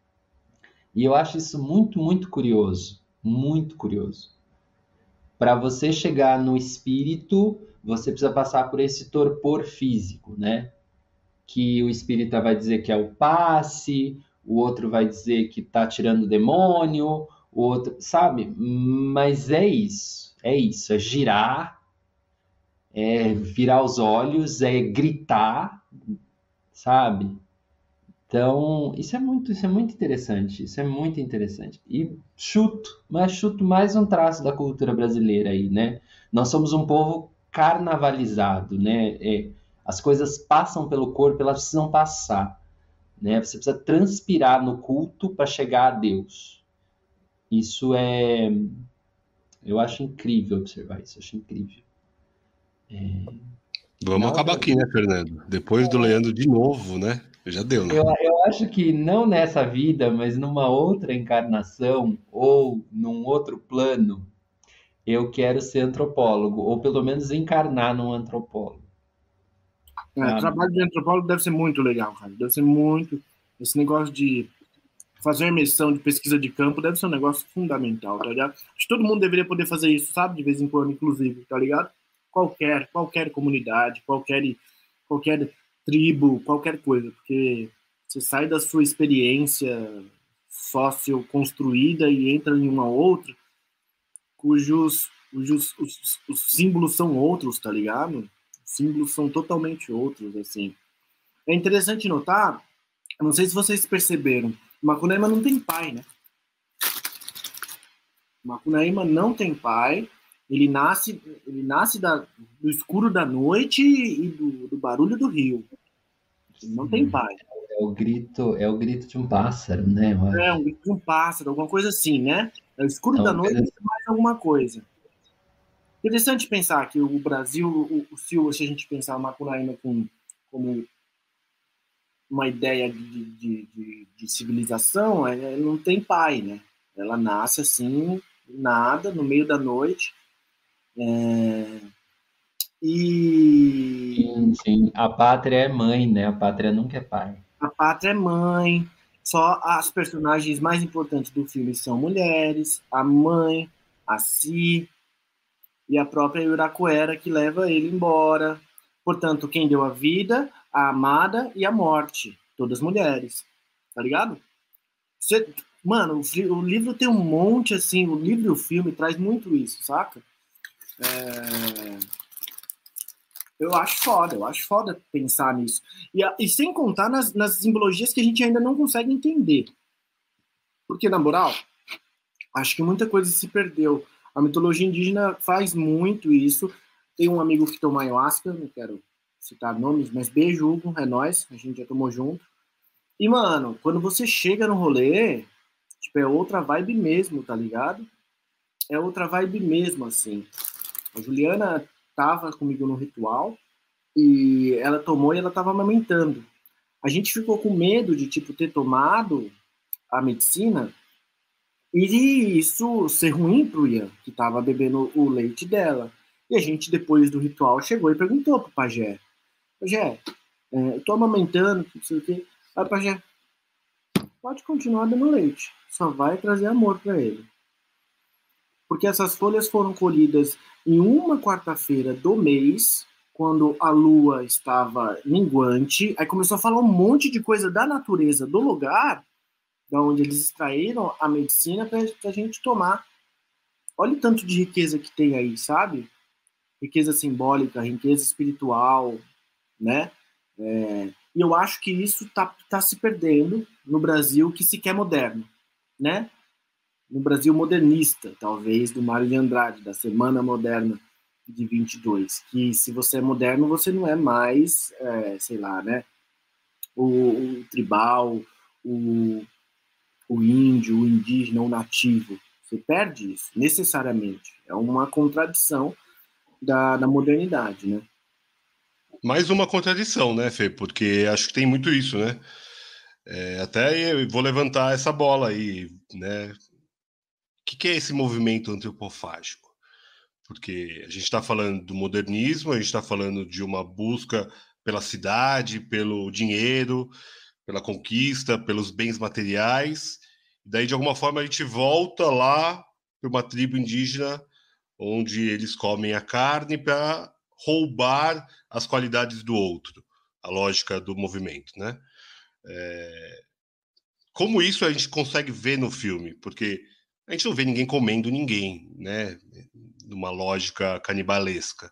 E eu acho isso muito, muito curioso. Muito curioso. Para você chegar no espírito, você precisa passar por esse torpor físico, né? Que o espírita vai dizer que é o passe, o outro vai dizer que está tirando o demônio, o outro, sabe? Mas é isso, é isso, é girar, é virar os olhos, é gritar, sabe? Então, isso é muito, isso é muito interessante, isso é muito interessante. E chuto, mas chuto mais um traço da cultura brasileira aí, né? Nós somos um povo carnavalizado, né? É, as coisas passam pelo corpo, elas precisam passar, né? Você precisa transpirar no culto para chegar a Deus. Isso é... Eu acho incrível observar isso, eu acho incrível. É... Vamos acabar aqui, né, Fernando? Depois do Leandro de novo, né? Já deu, né? Eu, eu acho que não nessa vida, mas numa outra encarnação ou num outro plano, eu quero ser antropólogo, ou pelo menos encarnar num antropólogo. É, o trabalho de antropólogo deve ser muito legal, cara. Deve ser muito... Esse negócio de fazer missão de pesquisa de campo deve ser um negócio fundamental, tá ligado? Acho que todo mundo deveria poder fazer isso, sabe? De vez em quando, inclusive, tá ligado? Qualquer, qualquer comunidade, qualquer, qualquer tribo, qualquer coisa, porque você sai da sua experiência sócio-construída e entra em uma outra cujos, cujos os, os símbolos são outros, tá ligado? Os símbolos são totalmente outros, assim. É interessante notar, não sei se vocês perceberam, Macunaíma não tem pai, né? Macunaíma não tem pai, ele nasce, ele nasce da, do escuro da noite e do, do barulho do rio. Ele não tem pai. É o grito, é o grito de um pássaro, né? É, um grito de um pássaro, alguma coisa assim, né? É o escuro Não, da noite beleza. e mais alguma coisa. Interessante pensar que o Brasil, o, o, se a gente pensar Macunaíma com, como uma ideia de, de, de, de civilização, é, não tem pai, né? Ela nasce assim, nada, no meio da noite. É, e Sim, sim. A pátria é mãe, né? A pátria nunca é pai. a pátria é mãe. Só as personagens mais importantes do filme são mulheres, a mãe, a Si e a própria Yurakuera que leva ele embora. Portanto, quem deu a vida, a amada e a morte, todas mulheres, tá ligado? Você, mano, o, o livro tem um monte assim, o livro e o filme traz muito isso, saca? É, eu acho foda, eu acho foda pensar nisso. E, e sem contar nas, nas simbologias que a gente ainda não consegue entender. Porque, na moral, acho que muita coisa se perdeu. A mitologia indígena faz muito isso. Tem um amigo que toma ayahuasca, não quero citar nomes, mas beijo, Hugo, é nóis, a gente já tomou junto. E, mano, quando você chega no rolê, tipo, é outra vibe mesmo, tá ligado? É outra vibe mesmo, assim. A Juliana tava comigo no ritual e ela tomou e ela tava amamentando. A gente ficou com medo de, tipo, ter tomado a medicina e isso ser ruim pro Ian, que tava bebendo o leite dela. E a gente, depois do ritual, chegou e perguntou pro pajé: Pajé, é, eu tô amamentando, não sei o quê. Aí o pajé: pode continuar dando leite, só vai trazer amor para ele. Porque essas folhas foram colhidas em uma quarta-feira do mês, quando a lua estava minguante. Aí começou a falar um monte de coisa da natureza do lugar, da onde eles extraíram a medicina para a gente tomar. Olha o tanto de riqueza que tem aí, sabe? Riqueza simbólica, riqueza espiritual, né? É, e eu acho que isso tá, tá se perdendo no Brasil que se quer moderno, né? No Brasil modernista, talvez, do Mário de Andrade, da Semana Moderna de vinte e dois, que se você é moderno, você não é mais, é, sei lá, né? O, o tribal, o, o índio, o indígena, o nativo. Você perde isso, necessariamente. É uma contradição da, da modernidade, né? Mais uma contradição, né, Fê? Porque acho que tem muito isso, né? É, até eu vou levantar essa bola aí, né? O que, que é esse movimento antropofágico? Porque a gente está falando do modernismo, a gente está falando de uma busca pela cidade, pelo dinheiro, pela conquista, pelos bens materiais. E daí, de alguma forma, a gente volta lá para uma tribo indígena onde eles comem a carne para roubar as qualidades do outro, a lógica do movimento, né? É... Como isso a gente consegue ver no filme? Porque a gente não vê ninguém comendo ninguém, né? Numa lógica canibalesca.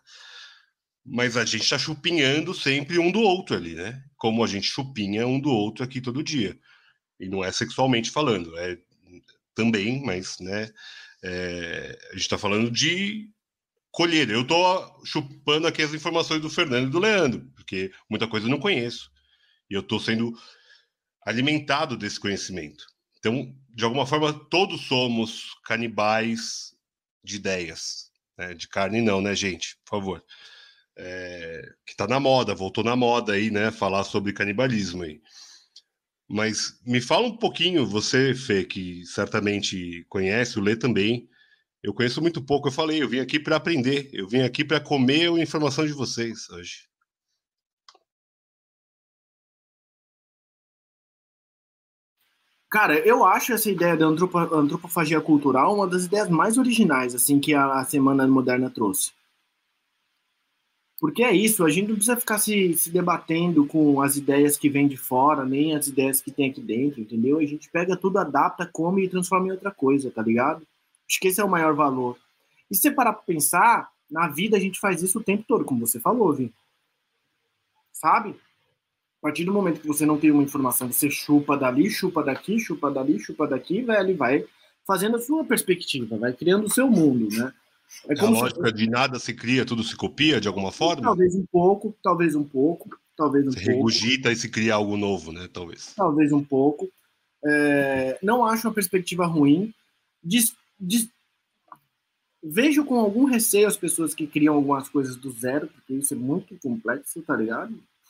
Mas a gente está chupinhando sempre um do outro ali, né? Como a gente chupinha um do outro aqui todo dia. E não é sexualmente falando, é também, mas, né? É... A gente está falando de colher. Eu tô chupando aqui as informações do Fernando e do Leandro, porque muita coisa eu não conheço. E eu tô sendo alimentado desse conhecimento. Então, de alguma forma, todos somos canibais de ideias. Né? De carne não, né, gente? Por favor. É... Que tá na moda, voltou na moda aí, né? Falar sobre canibalismo aí. Mas me fala um pouquinho, você, Fê, que certamente conhece, o Lê também. Eu conheço muito pouco, eu falei, eu vim aqui para aprender, eu vim aqui para comer a informação de vocês hoje. Cara, eu acho essa ideia da antropo, antropofagia cultural uma das ideias mais originais, assim, que a, a Semana Moderna trouxe. Porque é isso, a gente não precisa ficar se, se debatendo com as ideias que vêm de fora, nem as ideias que tem aqui dentro, entendeu? A gente pega tudo, adapta, come e transforma em outra coisa, tá ligado? Acho que esse é o maior valor. E se você parar pra pensar, na vida a gente faz isso o tempo todo, como você falou, Vi. Sabe? A partir do momento que você não tem uma informação, você chupa dali, chupa daqui, chupa dali, chupa daqui, velho, e vai fazendo a sua perspectiva, vai criando o seu mundo, né? É É a como se lógica de nada se cria, tudo se copia, de alguma forma? talvez um pouco, talvez um pouco, talvez um Se pouco, regurgita e se cria algo novo, né? Talvez. talvez um pouco. É, não acho uma perspectiva ruim. Diz, de, vejo com algum receio as pessoas que criam algumas coisas do zero, porque isso é muito complexo, tá ligado?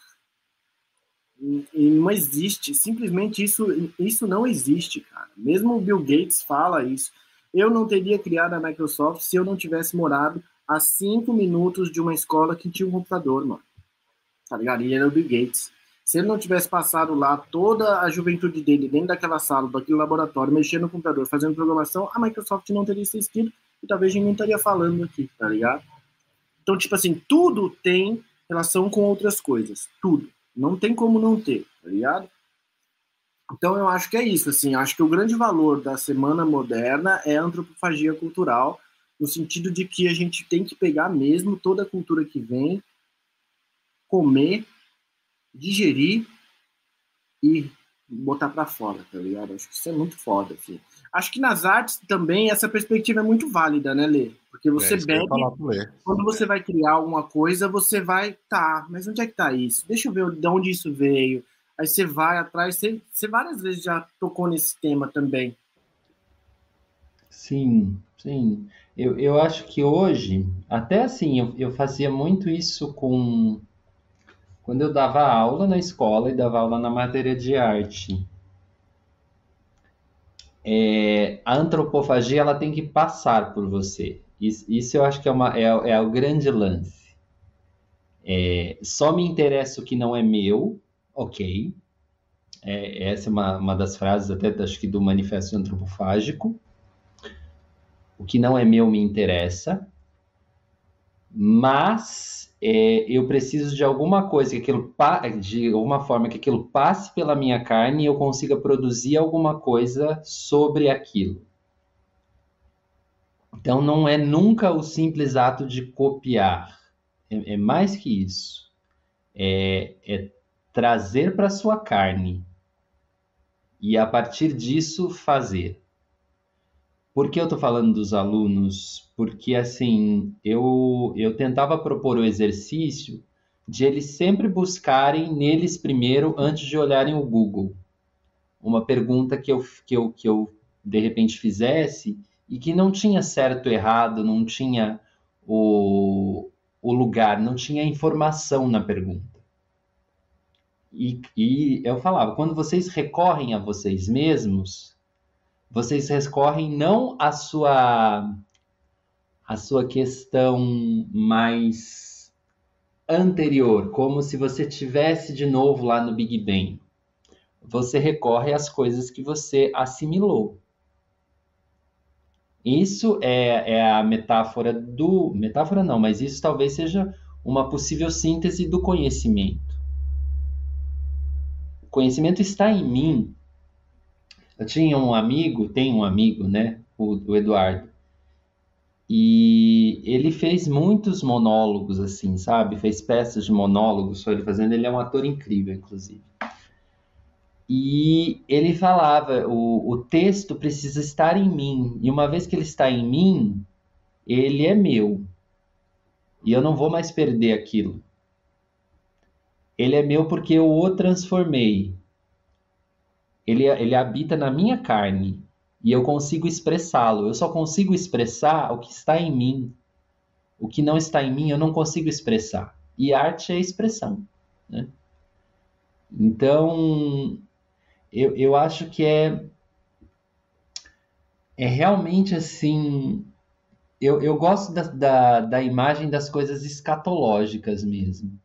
E, e não existe, simplesmente isso, isso não existe, cara. Mesmo o Bill Gates fala isso. Eu não teria criado a Microsoft se eu não tivesse morado a cinco minutos de uma escola que tinha um computador, mano. Tá ligado? E ele era o Bill Gates. Se ele não tivesse passado lá toda a juventude dele dentro daquela sala, daquele laboratório, mexendo no computador, fazendo programação, a Microsoft não teria existido e talvez a gente nem estaria falando aqui, tá ligado? Então, tipo assim, tudo tem relação com outras coisas. Tudo. Não tem como não ter, tá ligado? Então, eu acho que é isso, assim. Acho que o grande valor da Semana Moderna é a antropofagia cultural, no sentido de que a gente tem que pegar mesmo toda a cultura que vem, comer, digerir e botar pra fora, tá ligado? Acho que isso é muito foda, assim. Acho que nas artes também essa perspectiva é muito válida, né, Lê? Porque você É isso que eu bebe, ia falar pro Lê. quando você vai criar alguma coisa, você vai, tá, mas onde é que tá isso? Deixa eu ver de onde isso veio. Aí você vai atrás, você, você várias vezes já tocou nesse tema também. Sim, sim. Eu, eu acho que hoje, até assim, eu, eu fazia muito isso com quando eu dava aula na escola e dava aula na matéria de arte. É, a antropofagia ela tem que passar por você. Isso, isso eu acho que é, uma, é, é o grande lance. É, só me interessa o que não é meu, ok. É, essa é uma, uma das frases até acho que do Manifesto Antropofágico. O que não é meu me interessa, mas é, eu preciso de alguma coisa, que aquilo, de alguma forma que aquilo passe pela minha carne e eu consiga produzir alguma coisa sobre aquilo. Então não é nunca o simples ato de copiar, é, é mais que isso. É, é trazer para a sua carne e a partir disso fazer. Por que eu estou falando dos alunos? Porque, assim, eu, eu tentava propor o exercício de eles sempre buscarem neles primeiro antes de olharem o Google. Uma pergunta que eu, que eu, que eu de repente, fizesse e que não tinha certo ou errado, não tinha o, o lugar, não tinha informação na pergunta. E, e eu falava, quando vocês recorrem a vocês mesmos, vocês recorrem não à sua, à sua questão mais anterior, como se você tivesse de novo lá no Big Bang. Você recorre às coisas que você assimilou. Isso é, é a metáfora do... Metáfora não, mas isso talvez seja uma possível síntese do conhecimento. O conhecimento está em mim. Eu tinha um amigo, tenho um amigo, né? O, o Eduardo. E ele fez muitos monólogos, assim, sabe? Fez peças de monólogos, foi ele fazendo. Ele é um ator incrível, inclusive. E ele falava, o, o texto precisa estar em mim. E uma vez que ele está em mim, ele é meu. E eu não vou mais perder aquilo. Ele é meu porque eu o transformei. Ele, ele habita na minha carne e eu consigo expressá-lo. Eu só consigo expressar o que está em mim. O que não está em mim, eu não consigo expressar. E arte é expressão, né? Então, eu, eu acho que é, é realmente assim... Eu, eu gosto da, da, da imagem das coisas escatológicas mesmo,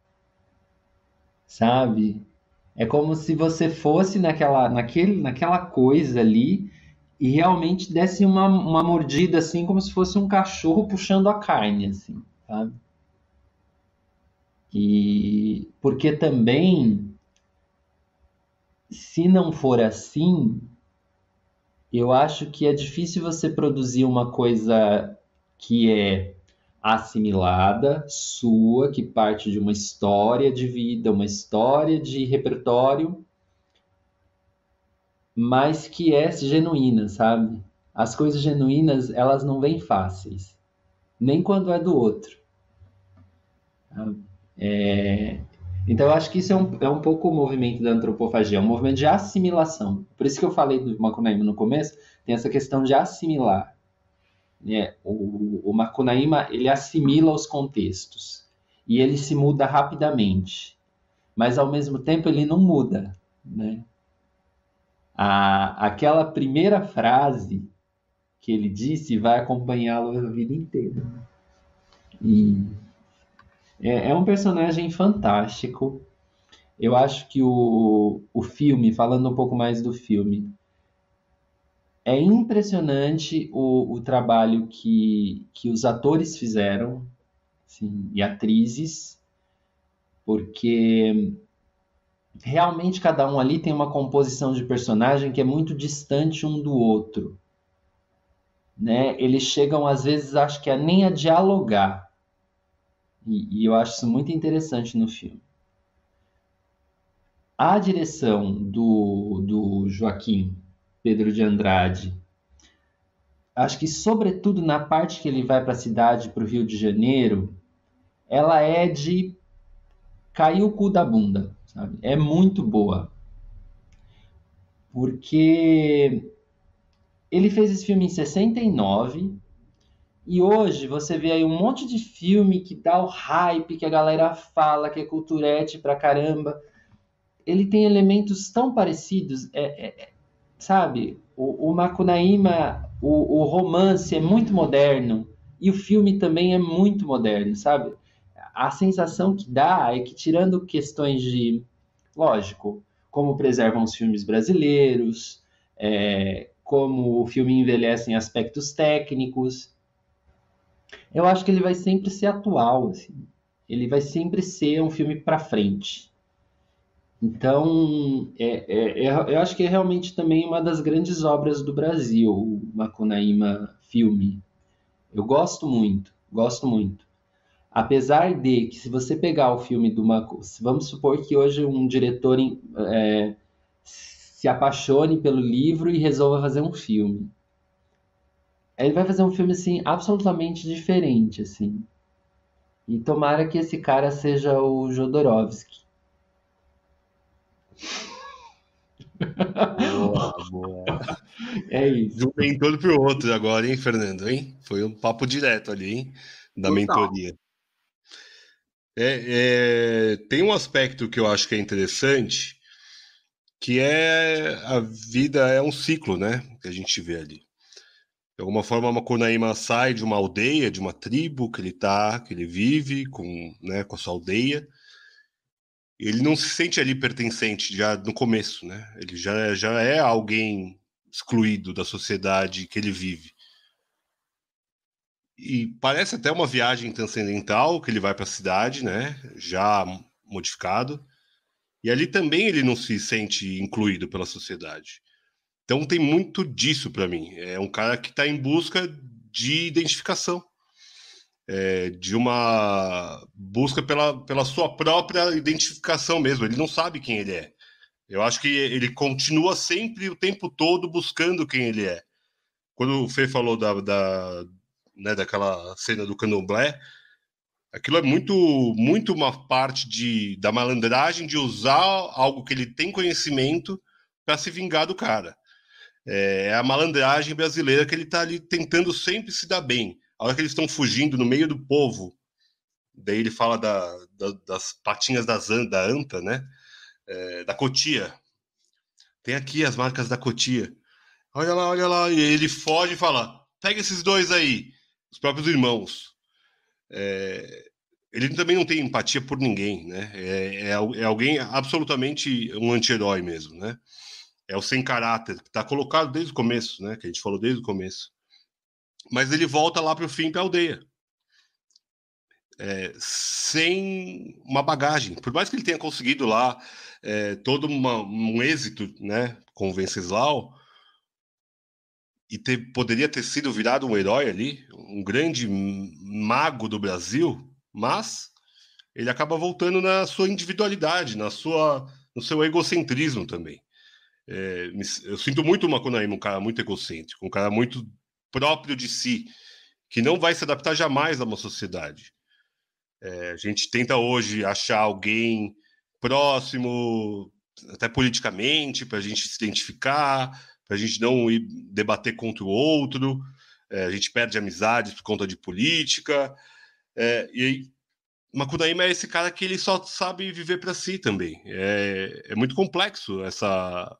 sabe? É como se você fosse naquela, naquele, naquela coisa ali e realmente desse uma, uma mordida, assim, como se fosse um cachorro puxando a carne, assim, sabe? E porque também, se não for assim, eu acho que é difícil você produzir uma coisa que é assimilada, sua, que parte de uma história de vida, uma história de repertório, mas que é genuína, sabe? As coisas genuínas, elas não vêm fáceis, nem quando é do outro. É... Então, eu acho que isso é um, é um pouco o movimento da antropofagia, é um movimento de assimilação. Por isso que eu falei do Macunaíma no começo, tem essa questão de assimilar. né? O, o Macunaíma, ele assimila os contextos e ele se muda rapidamente, mas ao mesmo tempo ele não muda, né? A, aquela primeira frase que ele disse vai acompanhá-lo a vida inteira. E é, é um personagem fantástico. Eu acho que o, o filme, falando um pouco mais do filme, é impressionante o, o trabalho que, que os atores fizeram, assim, e atrizes, porque realmente cada um ali tem uma composição de personagem que é muito distante um do outro, né? Eles chegam, às vezes, acho que a nem a dialogar, e, e eu acho isso muito interessante no filme. A direção do, do Joaquim Pedro de Andrade, acho que sobretudo na parte que ele vai para a cidade, para o Rio de Janeiro, ela é de cair o cu da bunda, sabe? É muito boa. Porque ele fez esse filme em sessenta e nove e hoje você vê aí um monte de filme que dá o hype, que a galera fala, que é culturete pra caramba. Ele tem elementos tão parecidos, é, é, sabe? O, o Macunaíma, o, o romance é muito moderno e o filme também é muito moderno, sabe? A sensação que dá é que, tirando questões de, lógico, como preservam os filmes brasileiros, é, como o filme envelhece em aspectos técnicos, eu acho que ele vai sempre ser atual, assim. Ele vai sempre ser um filme para frente. Então, é, é, é, eu acho que é realmente também uma das grandes obras do Brasil, o Macunaíma filme. Eu gosto muito, gosto muito. Apesar de que, se você pegar o filme do Macu... Vamos supor que hoje um diretor é, se apaixone pelo livro e resolva fazer um filme. Ele vai fazer um filme, assim, absolutamente diferente, assim. E tomara que esse cara seja o Jodorowsky. Boa, boa. É isso. De um mentor para o outro agora, hein, Fernando? Hein? Foi um papo direto ali, hein? Da Total. mentoria. É, é, tem um aspecto que eu acho que é interessante, que é a vida é um ciclo, né? Que a gente vê ali. De alguma forma, a Macunaíma sai de uma aldeia, de uma tribo que ele tá, que ele vive com, né, com a sua aldeia. Ele não se sente ali pertencente já no começo, né? Ele já, já é alguém excluído da sociedade que ele vive. E parece até uma viagem transcendental que ele vai para a cidade, né? Já modificado. E ali também ele não se sente incluído pela sociedade. Então tem muito disso para mim. É um cara que está em busca de identificação, é, de uma busca pela, pela sua própria identificação mesmo. Ele não sabe quem ele é. Eu acho que ele continua sempre o tempo todo buscando quem ele é. Quando o Fê falou da, da, né, daquela cena do candomblé, aquilo é muito, muito uma parte de, da malandragem de usar algo que ele tem conhecimento para se vingar do cara. É a malandragem brasileira que ele está ali tentando sempre se dar bem. A hora que eles estão fugindo no meio do povo, daí ele fala da, da, das patinhas das, da anta, né? É, da cotia. Tem aqui as marcas da cotia. Olha lá, olha lá. E ele foge e fala: pega esses dois aí, os próprios irmãos. É, ele também não tem empatia por ninguém, né? É, é, é alguém absolutamente um anti-herói mesmo, né? É o sem caráter, que está colocado desde o começo, né? Que a gente falou desde o começo. Mas ele volta lá para o fim, para a aldeia. É, sem uma bagagem. Por mais que ele tenha conseguido lá é, todo uma, um êxito, né? Com o Venceslau, e ter, poderia ter sido virado um herói ali, um grande mago do Brasil, mas ele acaba voltando na sua individualidade, na sua, no seu egocentrismo também. É, eu sinto muito o Macunaíma, um cara muito egocêntrico, um cara muito próprio de si, que não vai se adaptar jamais a uma sociedade. É, a gente tenta hoje achar alguém próximo, até politicamente, para a gente se identificar, para a gente não ir debater contra o outro. é, a gente perde amizades por conta de política, é, e aí Macunaíma é esse cara que ele só sabe viver para si também. É, é muito complexo essa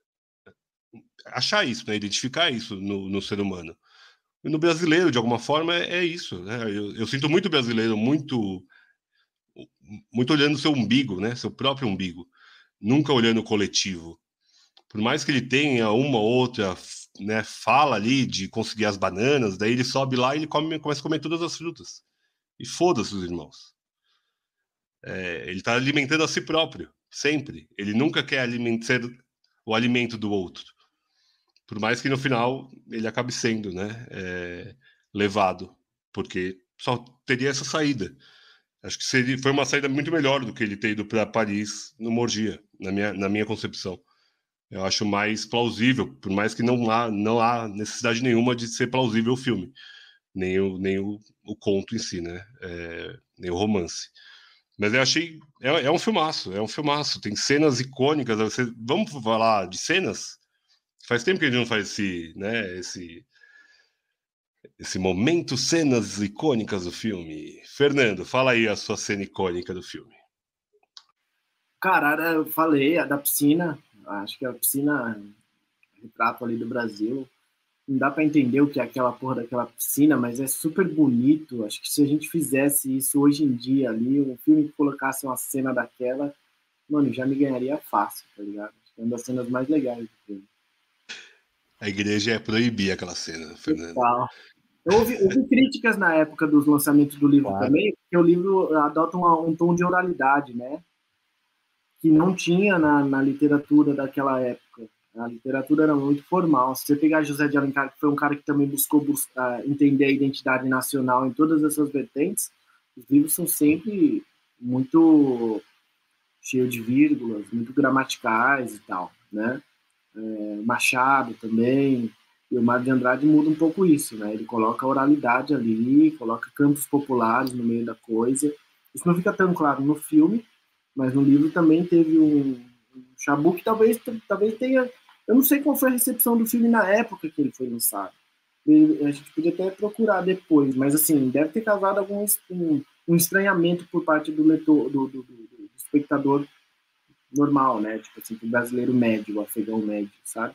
achar isso, né? Identificar isso no, no ser humano. E no brasileiro, de alguma forma, é, é isso, né? Eu, eu sinto muito brasileiro, muito muito olhando seu umbigo, né? Seu próprio umbigo, nunca olhando o coletivo. Por mais que ele tenha uma ou outra, né, fala ali de conseguir as bananas, daí ele sobe lá e ele come, começa a comer todas as frutas. E foda-se os irmãos. É, ele está alimentando a si próprio, sempre. Ele nunca quer alimentar o alimento do outro. Por mais que no final ele acabe sendo, né, é, levado, porque só teria essa saída. Acho que seria, foi uma saída muito melhor do que ele ter ido para Paris no Morgia, na minha, na minha concepção. Eu acho mais plausível, por mais que não há, não há necessidade nenhuma de ser plausível o filme, nem o, nem o, o conto em si, né? É, nem o romance. Mas eu achei. É, é um filmaço, é um filmaço. Tem cenas icônicas. Você, vamos falar de cenas? Faz tempo que a gente não faz esse, né, esse, esse momento, cenas icônicas do filme. Fernando, fala aí a sua cena icônica do filme. Cara, eu falei, a da piscina. Acho que a piscina, retrato ali do Brasil. Não dá para entender o que é aquela porra daquela piscina, mas é super bonito. Acho que se a gente fizesse isso hoje em dia ali, um filme que colocasse uma cena daquela, mano, já me ganharia fácil, tá ligado? Acho que é uma das cenas mais legais do filme. A igreja é proibir aquela cena, Fernando. Total. Eu ouvi, ouvi críticas na época dos lançamentos do livro, claro, também, porque o livro adota uma, um tom de oralidade, né? Que não tinha na, na literatura daquela época. A literatura era muito formal. Se você pegar José de Alencar, que foi um cara que também buscou buscar, entender a identidade nacional em todas as suas vertentes, os livros são sempre muito cheios de vírgulas, muito gramaticais e tal, né? É, Machado também, e o Mário de Andrade muda um pouco isso, né? Ele coloca a oralidade ali, coloca campos populares no meio da coisa. Isso não fica tão claro no filme, mas no livro também teve um, um chabu que talvez, talvez tenha... Eu não sei qual foi a recepção do filme na época que ele foi lançado. E a gente podia até procurar depois, mas assim, deve ter causado algum um, um estranhamento por parte do leitor, do, do, do, do espectador normal, né? Tipo assim, do brasileiro médio, o afegão médio, sabe?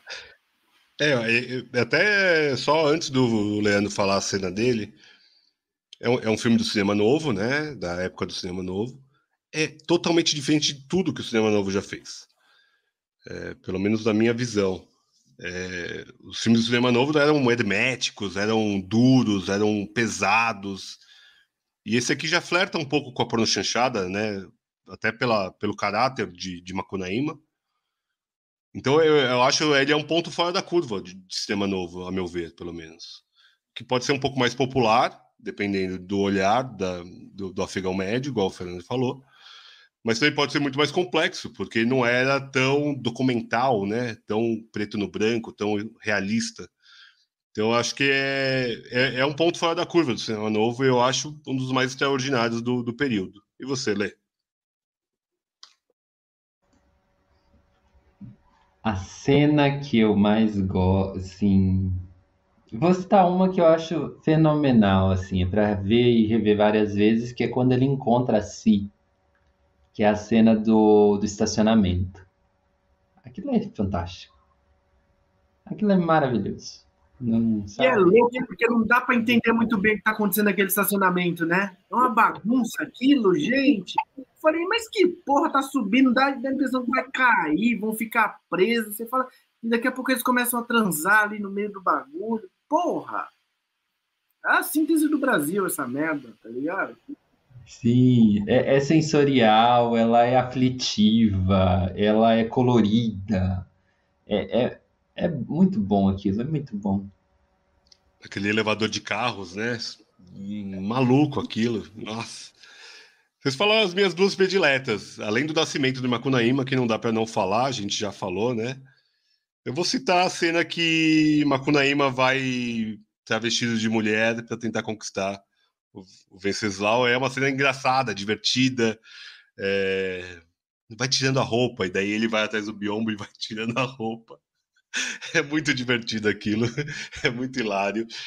É, até só antes do Leandro falar a cena dele, é um, é um filme do cinema novo, né? Da época do cinema novo. É totalmente diferente de tudo que o cinema novo já fez. É, pelo menos na minha visão. É, os filmes do cinema novo eram herméticos, eram duros, eram pesados. E esse aqui já flerta um pouco com a pornochanchada, né? Até pela, pelo caráter de, de Macunaíma. Então eu, eu acho que ele é um ponto fora da curva de, de cinema novo, a meu ver, pelo menos. Que pode ser um pouco mais popular, dependendo do olhar da, do, do afegão médio, igual o Fernando falou. Mas também pode ser muito mais complexo, porque não era tão documental, né? Tão preto no branco, tão realista. Então, eu acho que é, é, é um ponto fora da curva do cinema novo, e eu acho um dos mais extraordinários do, do período. E você, Lê? A cena que eu mais gosto, assim... Vou citar uma que eu acho fenomenal, assim, para ver e rever várias vezes, que é quando ele encontra a Si, que é a cena do, do estacionamento. Aquilo é fantástico. Aquilo é maravilhoso. Não, e é louco, porque não dá para entender muito bem o que está acontecendo naquele estacionamento, né? É uma bagunça aquilo, gente. Eu falei, mas que porra tá subindo? Dá, dá a impressão que vai cair, vão ficar presos. Você fala, e daqui a pouco eles começam a transar ali no meio do bagulho. Porra! É a síntese do Brasil, essa merda, tá ligado? Sim, é, é sensorial, ela é aflitiva, ela é colorida. É, é, é muito bom aquilo, é muito bom. Aquele elevador de carros, né? Maluco aquilo. Nossa. Vocês falaram as minhas duas prediletas. Além do nascimento de Macunaíma, que não dá para não falar, a gente já falou, né? Eu vou citar a cena que Macunaíma vai travestido de mulher para tentar conquistar o, o Venceslau. É uma cena engraçada, divertida. É... Vai tirando a roupa, e daí ele vai atrás do biombo e vai tirando a roupa. É muito divertido aquilo. É muito hilário.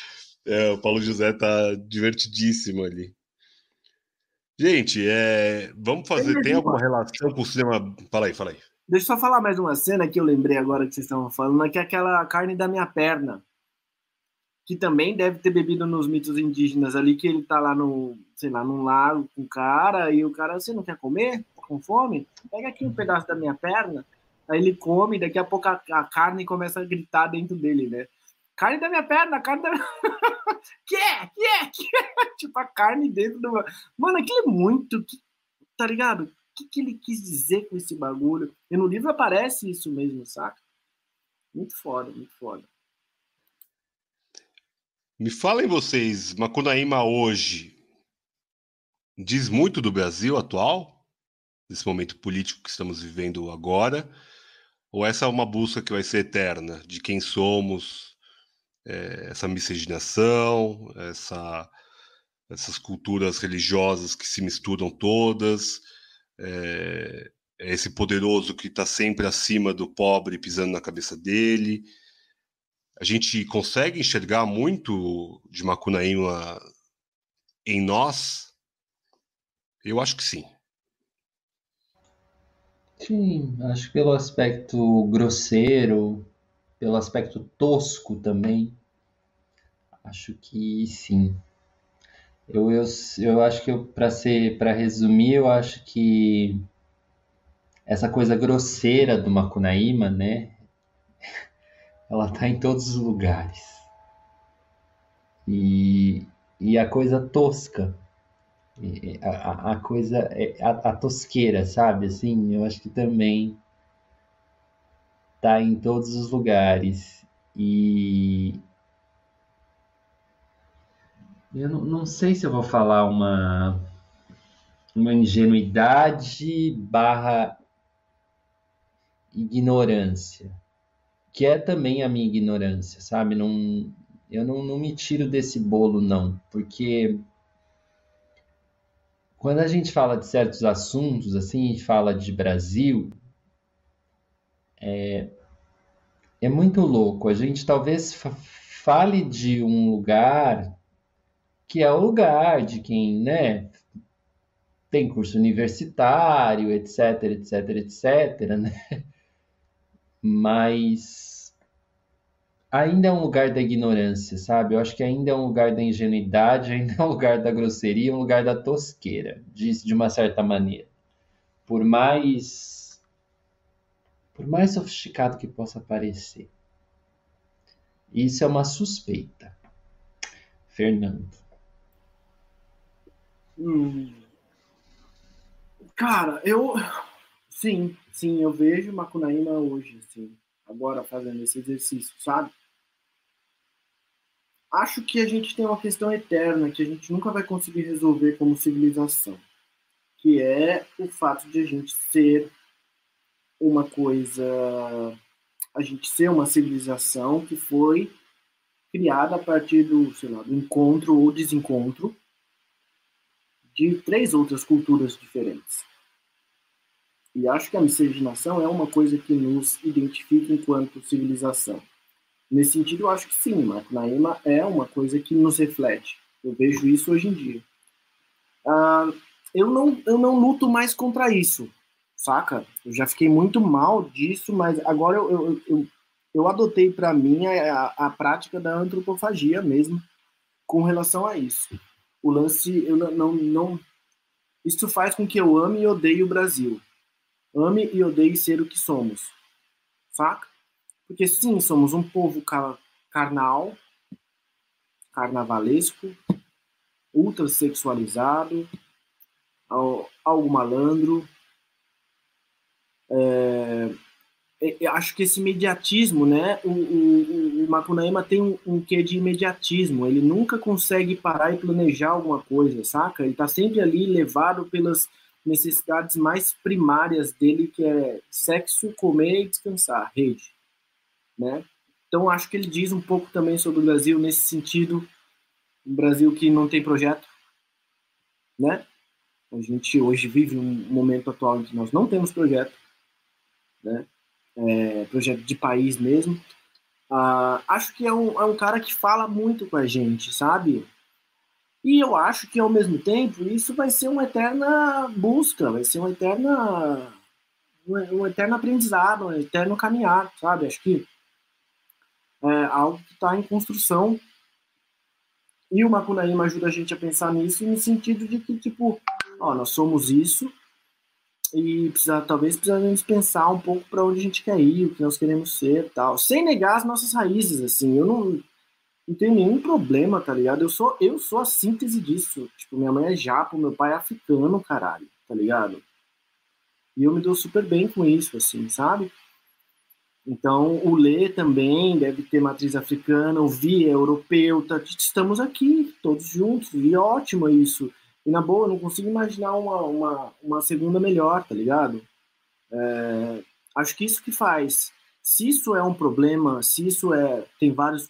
É, o Paulo José tá divertidíssimo ali. Gente, é, vamos Tem fazer. mais Tem alguma uma. relação com o cinema? Fala aí, fala aí. Deixa eu só falar mais uma cena que eu lembrei agora que vocês estavam falando, que é aquela carne da minha perna, que também deve ter bebido nos mitos indígenas ali, que ele tá lá no, sei lá, num lago com o cara, e o cara, você não quer comer? Tá com fome? Pega aqui um pedaço da minha perna. Aí ele come, daqui a pouco a, a carne começa a gritar dentro dele, né? Carne da minha perna, carne da minha... que é? Que é? Que é? Tipo, a carne dentro do... Mano, aquilo é muito... Tá ligado? O que, que ele quis dizer com esse bagulho? E no livro aparece isso mesmo, saca? Muito foda, muito foda. Me falem vocês, Macunaíma hoje diz muito do Brasil atual, desse momento político que estamos vivendo agora, ou essa é uma busca que vai ser eterna, de quem somos, é, essa miscigenação, essa, essas culturas religiosas que se misturam todas, é, é esse poderoso que está sempre acima do pobre, pisando na cabeça dele. A gente consegue enxergar muito de Macunaíma em nós? Eu acho que sim. Sim, acho que pelo aspecto grosseiro, pelo aspecto tosco também, acho que sim. Eu, eu, eu acho que para ser, para resumir, eu acho que essa coisa grosseira do Macunaíma, né? Ela tá em todos os lugares. E, e a coisa tosca, e a, a- a coisa, é- a, a tosqueira, sabe? Assim, eu acho que também tá em todos os lugares. E eu não, não sei se eu vou falar uma, uma ingenuidade barra ignorância, que é também a minha ignorância, sabe? Não, eu não, não me tiro desse bolo, não, porque quando a gente fala de certos assuntos, assim, e fala de Brasil, é muito louco. A gente talvez fa- fale de um lugar que é o lugar de quem, né, tem curso universitário, etc, etc, etc, né? Mas ainda é um lugar da ignorância, sabe? Eu acho que ainda é um lugar da ingenuidade, ainda é um lugar da grosseria, um lugar da tosqueira, de, de uma certa maneira. Por mais, por mais sofisticado que possa parecer. Isso é uma suspeita. Fernando. Hum. Cara, eu... Sim, sim, eu vejo Macunaíma hoje, assim, agora fazendo esse exercício, sabe? Acho que a gente tem uma questão eterna que a gente nunca vai conseguir resolver como civilização, que é o fato de a gente ser uma coisa, a gente ser uma civilização que foi criada a partir do, sei lá, do encontro ou desencontro de três outras culturas diferentes. E acho que a miscigenação é uma coisa que nos identifica enquanto civilização. Nesse sentido, eu acho que sim, Macunaíma é uma coisa que nos reflete. Eu vejo isso hoje em dia. Ah, eu, não, eu não luto mais contra isso, saca? Eu já fiquei muito mal disso, mas agora eu, eu, eu, eu adotei para mim a, a, a prática da antropofagia mesmo com relação a isso. O lance, eu não, não, não... Isso faz com que eu ame e odeie o Brasil. Ame e odeie ser o que somos, saca? Porque sim, somos um povo carnal, carnavalesco, ultra sexualizado, algo malandro. É, eu acho que esse imediatismo, né? O, o, o Macunaíma tem um, um quê de imediatismo. Ele nunca consegue parar e planejar alguma coisa, saca? Ele está sempre ali levado pelas necessidades mais primárias dele, que é sexo, comer e descansar, rede, né? Então acho que ele diz um pouco também sobre o Brasil nesse sentido, um Brasil que não tem projeto, né? A gente hoje vive um momento atual em que nós não temos projeto, né? É, projeto de país mesmo. Uh, acho que é um, é um cara que fala muito com a gente, sabe? E eu acho que, ao mesmo tempo, isso vai ser uma eterna busca, vai ser uma eterna, um, um eterno aprendizado, um eterno caminhar, sabe? Acho que é algo que está em construção. E o Macunaíma ajuda a gente a pensar nisso no sentido de que, tipo, ó, nós somos isso e precisa, talvez precisamos pensar um pouco para onde a gente quer ir, o que nós queremos ser, tal, sem negar as nossas raízes, assim. Eu não, não tenho nenhum problema, tá ligado? Eu sou, eu sou a síntese disso. Tipo, minha mãe é japa, meu pai é africano, caralho, tá ligado? E eu me dou super bem com isso, assim, sabe? Então, o Lê também deve ter matriz africana, o Vi é europeu, tá, estamos aqui, todos juntos, e ótimo isso. E, na boa, eu não consigo imaginar uma, uma, uma segunda melhor, tá ligado? É, acho que isso que faz. Se isso é um problema, se isso é... Tem vários...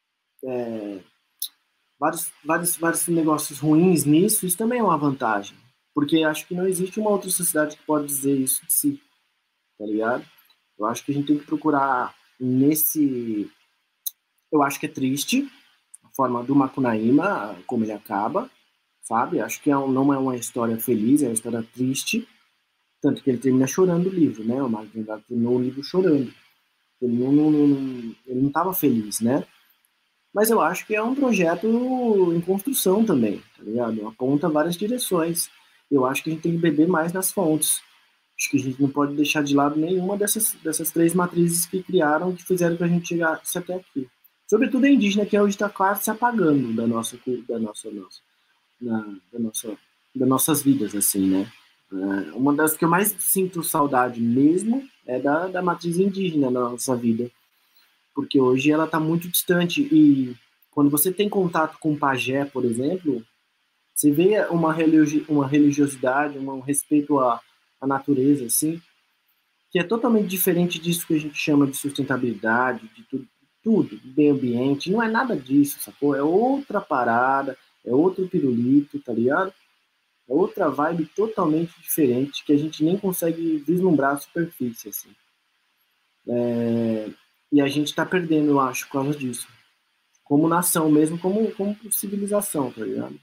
É, vários, vários, vários negócios ruins nisso, isso também é uma vantagem. Porque acho que não existe uma outra sociedade que pode dizer isso de si, tá ligado? Eu acho que a gente tem que procurar nesse... Eu acho que é triste a forma do Macunaíma, como ele acaba, sabe? Acho que é um, não é uma história feliz, é uma história triste, tanto que ele termina chorando o livro, né? O Mágico de Andrade terminou o livro chorando. Ele não, não, não, ele não estava feliz, né? Mas eu acho que é um projeto em construção também, tá ligado? Aponta várias direções. Eu acho que a gente tem que beber mais nas fontes. Acho que a gente não pode deixar de lado nenhuma dessas, dessas três matrizes que criaram, que fizeram que a gente chegasse até aqui. Sobretudo a indígena, que hoje está quase se apagando da nossa, da nossa, nossa, na, da nossa, das nossas vidas, assim, né? É, uma das que eu mais sinto saudade mesmo é da, da matriz indígena na nossa vida, porque hoje ela está muito distante e quando você tem contato com o pajé, por exemplo, você vê uma, religi uma religiosidade, um respeito à, à natureza, assim, que é totalmente diferente disso que a gente chama de sustentabilidade, de tudo, tudo, meio ambiente, não é nada disso, sacou? É outra parada, é outro pirulito, tá ligado? É outra vibe totalmente diferente que a gente nem consegue vislumbrar a superfície, assim. É... E a gente tá perdendo, eu acho, por causa disso. Como nação mesmo, como, como civilização, tá ligado?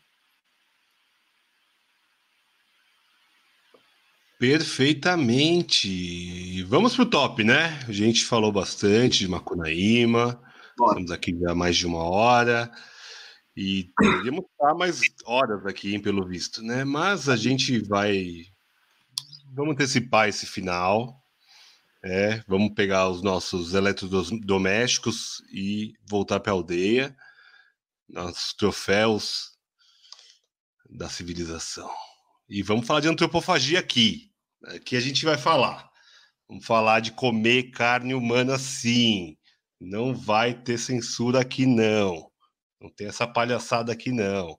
Perfeitamente. Vamos pro top, né? A gente falou bastante de Macunaíma. Bora. Estamos aqui já há mais de uma hora. E poderíamos estar mais horas aqui, hein, pelo visto, né? Mas a gente vai... Vamos antecipar esse final. É, vamos pegar os nossos eletrodomésticos e voltar para a aldeia. Nossos troféus da civilização. E vamos falar de antropofagia aqui. Aqui a gente vai falar. Vamos falar de comer carne humana, sim. Não vai ter censura aqui, não. Não tem essa palhaçada aqui, não.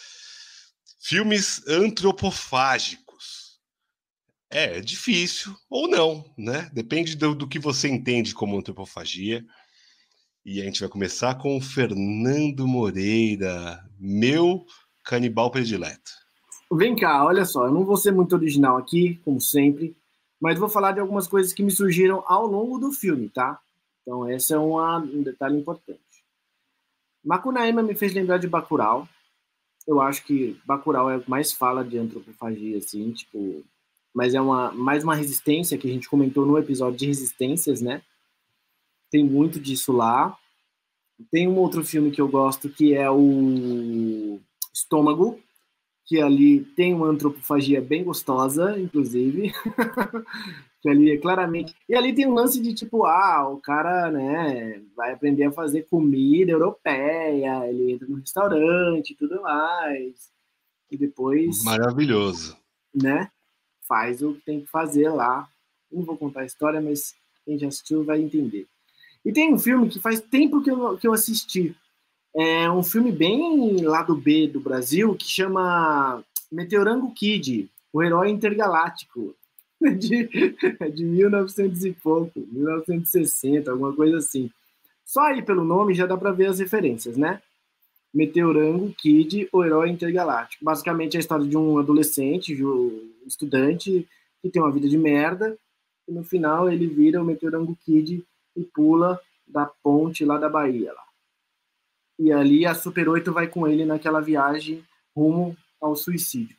Filmes antropofágicos. É, é difícil ou não, né? Depende do, do que você entende como antropofagia. E a gente vai começar com o Fernando Moreira, meu canibal predileto. Vem cá, olha só, eu não vou ser muito original aqui, como sempre, mas vou falar de algumas coisas que me surgiram ao longo do filme, tá? Então, esse é uma, um detalhe importante. Macunaíma me fez lembrar de Bacurau. Eu acho que Bacurau é o que mais fala de antropofagia, assim, tipo... Mas é uma, mais uma resistência que a gente comentou no episódio de resistências, né? Tem muito disso lá. Tem um outro filme que eu gosto, que é o Estômago, que ali tem uma antropofagia bem gostosa, inclusive. Que ali é claramente... E ali tem um lance de tipo, ah, o cara, né, vai aprender a fazer comida europeia, ele entra no restaurante e tudo mais. E depois... Maravilhoso. Né, faz o que tem que fazer lá. Não vou contar a história, mas quem já assistiu vai entender. E tem um filme que faz tempo que eu, que eu assisti. É um filme bem lado B do Brasil, que chama Meteorango Kid, o herói intergaláctico. De, de mil e novecentos e pouco, mil novecentos e sessenta, alguma coisa assim. Só aí pelo nome já dá para ver as referências, né? Meteorango Kid, o herói intergaláctico. Basicamente é a história de um adolescente, de um estudante que tem uma vida de merda e no final ele vira o Meteorango Kid e pula da ponte lá da Bahia. Lá. E ali a Super oito vai com ele naquela viagem rumo ao suicídio.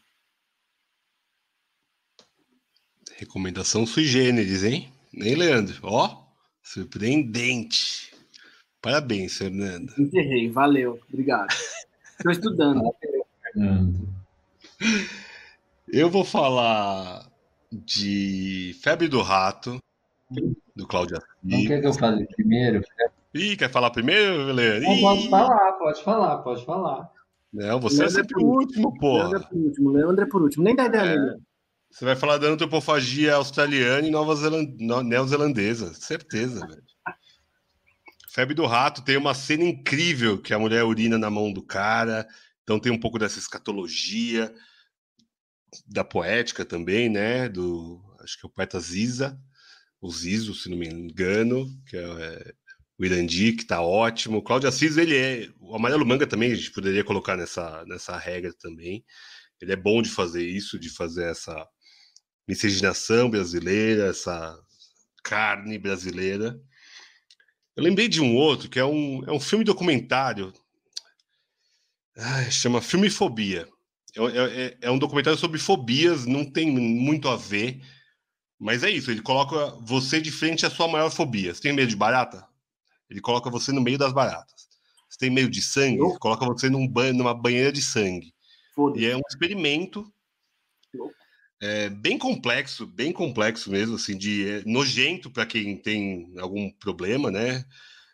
Recomendação sui generis, hein? Nem Leandro. Ó, surpreendente. Parabéns, Fernando. Encerrei, valeu, obrigado. Estou estudando. Fernando. Eu vou falar de Febre do Rato, do Cláudio Não Assis. quer que eu fale primeiro? Ih, quer falar primeiro, Leandro? Não, pode Ih! falar, pode falar, pode falar. Não, você é Leandro é sempre por o último. último, Leandro é porra. por último, Leandro é por último. Nem dá ideia É. nele. Você vai falar da antropofagia australiana e nova Zeland... neozelandesa. Certeza, velho. Febre do Rato tem uma cena incrível que a mulher urina na mão do cara. Então tem um pouco dessa escatologia, da poética também, né? Do, acho que é o poeta Ziza, o Zizo, se não me engano, que é o Irandi, que tá ótimo. O Cláudio Assis, ele é... O Amarelo Manga também, a gente poderia colocar nessa, nessa regra também. Ele é bom de fazer isso, de fazer essa miscigenação brasileira, essa carne brasileira. Eu lembrei de um outro, que é um, é um filme documentário. Ai, chama Filmifobia. É, é, é um documentário sobre fobias, não tem muito a ver, mas é isso, ele coloca você de frente à sua maior fobia. Você tem medo de barata? Ele coloca você no meio das baratas. Você tem medo de sangue? Ele coloca você num ba- numa banheira de sangue. E é um experimento é, bem complexo, bem complexo mesmo, assim, de é, nojento para quem tem algum problema, né?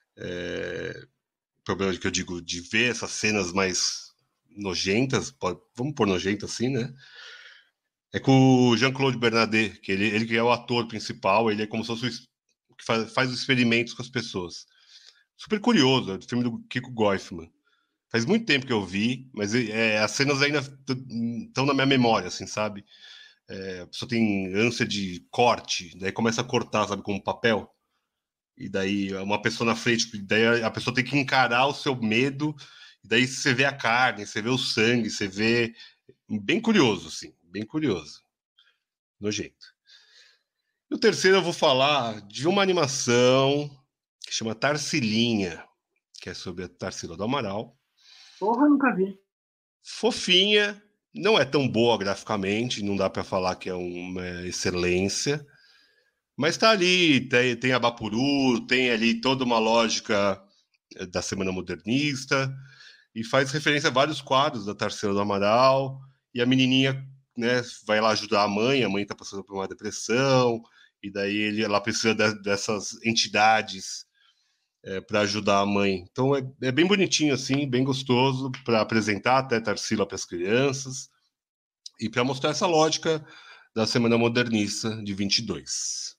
É, problema que eu digo de ver essas cenas mais nojentas, pode, vamos pôr nojento assim, né? É com o Jean-Claude Bernardet, que ele, ele que é o ator principal, ele é como se fosse o que faz, faz os experimentos com as pessoas. Super curioso, é do filme do Kiko Goifman. Faz muito tempo que eu vi, mas é, as cenas ainda estão na minha memória, assim, sabe? É, a pessoa tem ânsia de corte, daí começa a cortar, sabe, com papel. E daí uma pessoa na frente, daí a pessoa tem que encarar o seu medo, e daí você vê a carne, você vê o sangue, você vê... Bem curioso, assim, bem curioso. Nojento. E o terceiro eu vou falar de uma animação que chama Tarsilinha, que é sobre a Tarsila do Amaral. Porra, nunca vi. Fofinha, não é tão boa graficamente, não dá para falar que é uma excelência, mas tá ali, tem, tem a Bapuru, tem ali toda uma lógica da Semana Modernista, e faz referência a vários quadros da Tarsila do Amaral, e a menininha, né, vai lá ajudar a mãe, a mãe tá passando por uma depressão, e daí ele, ela precisa de, dessas entidades é, para ajudar a mãe. Então é, é bem bonitinho, assim, bem gostoso para apresentar até Tarsila para as crianças, e para mostrar essa lógica da Semana Modernista de vinte e dois.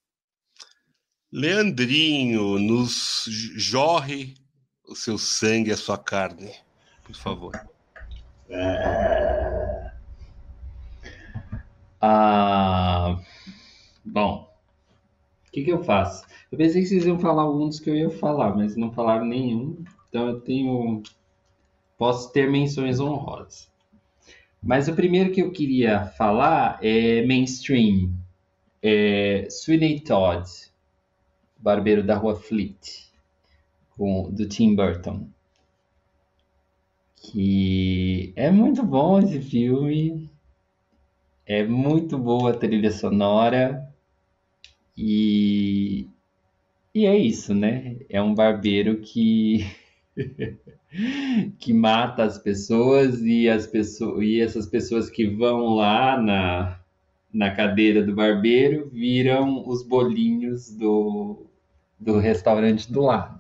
Leandrinho, nos jorre o seu sangue e a sua carne, por favor. Ah, bom, o que, que eu faço? Eu pensei que vocês iam falar alguns que eu ia falar, mas não falaram nenhum, então eu tenho... Posso ter menções honrosas. Mas o primeiro que eu queria falar é mainstream, é Sweeney Todd, Barbeiro da Rua Fleet, com, do Tim Burton. Que é muito bom esse filme, é muito boa a trilha sonora e, e é isso, né? É um barbeiro que que mata as pessoas e as pessoas e essas pessoas que vão lá na, na cadeira do barbeiro viram os bolinhos do, do restaurante do lado.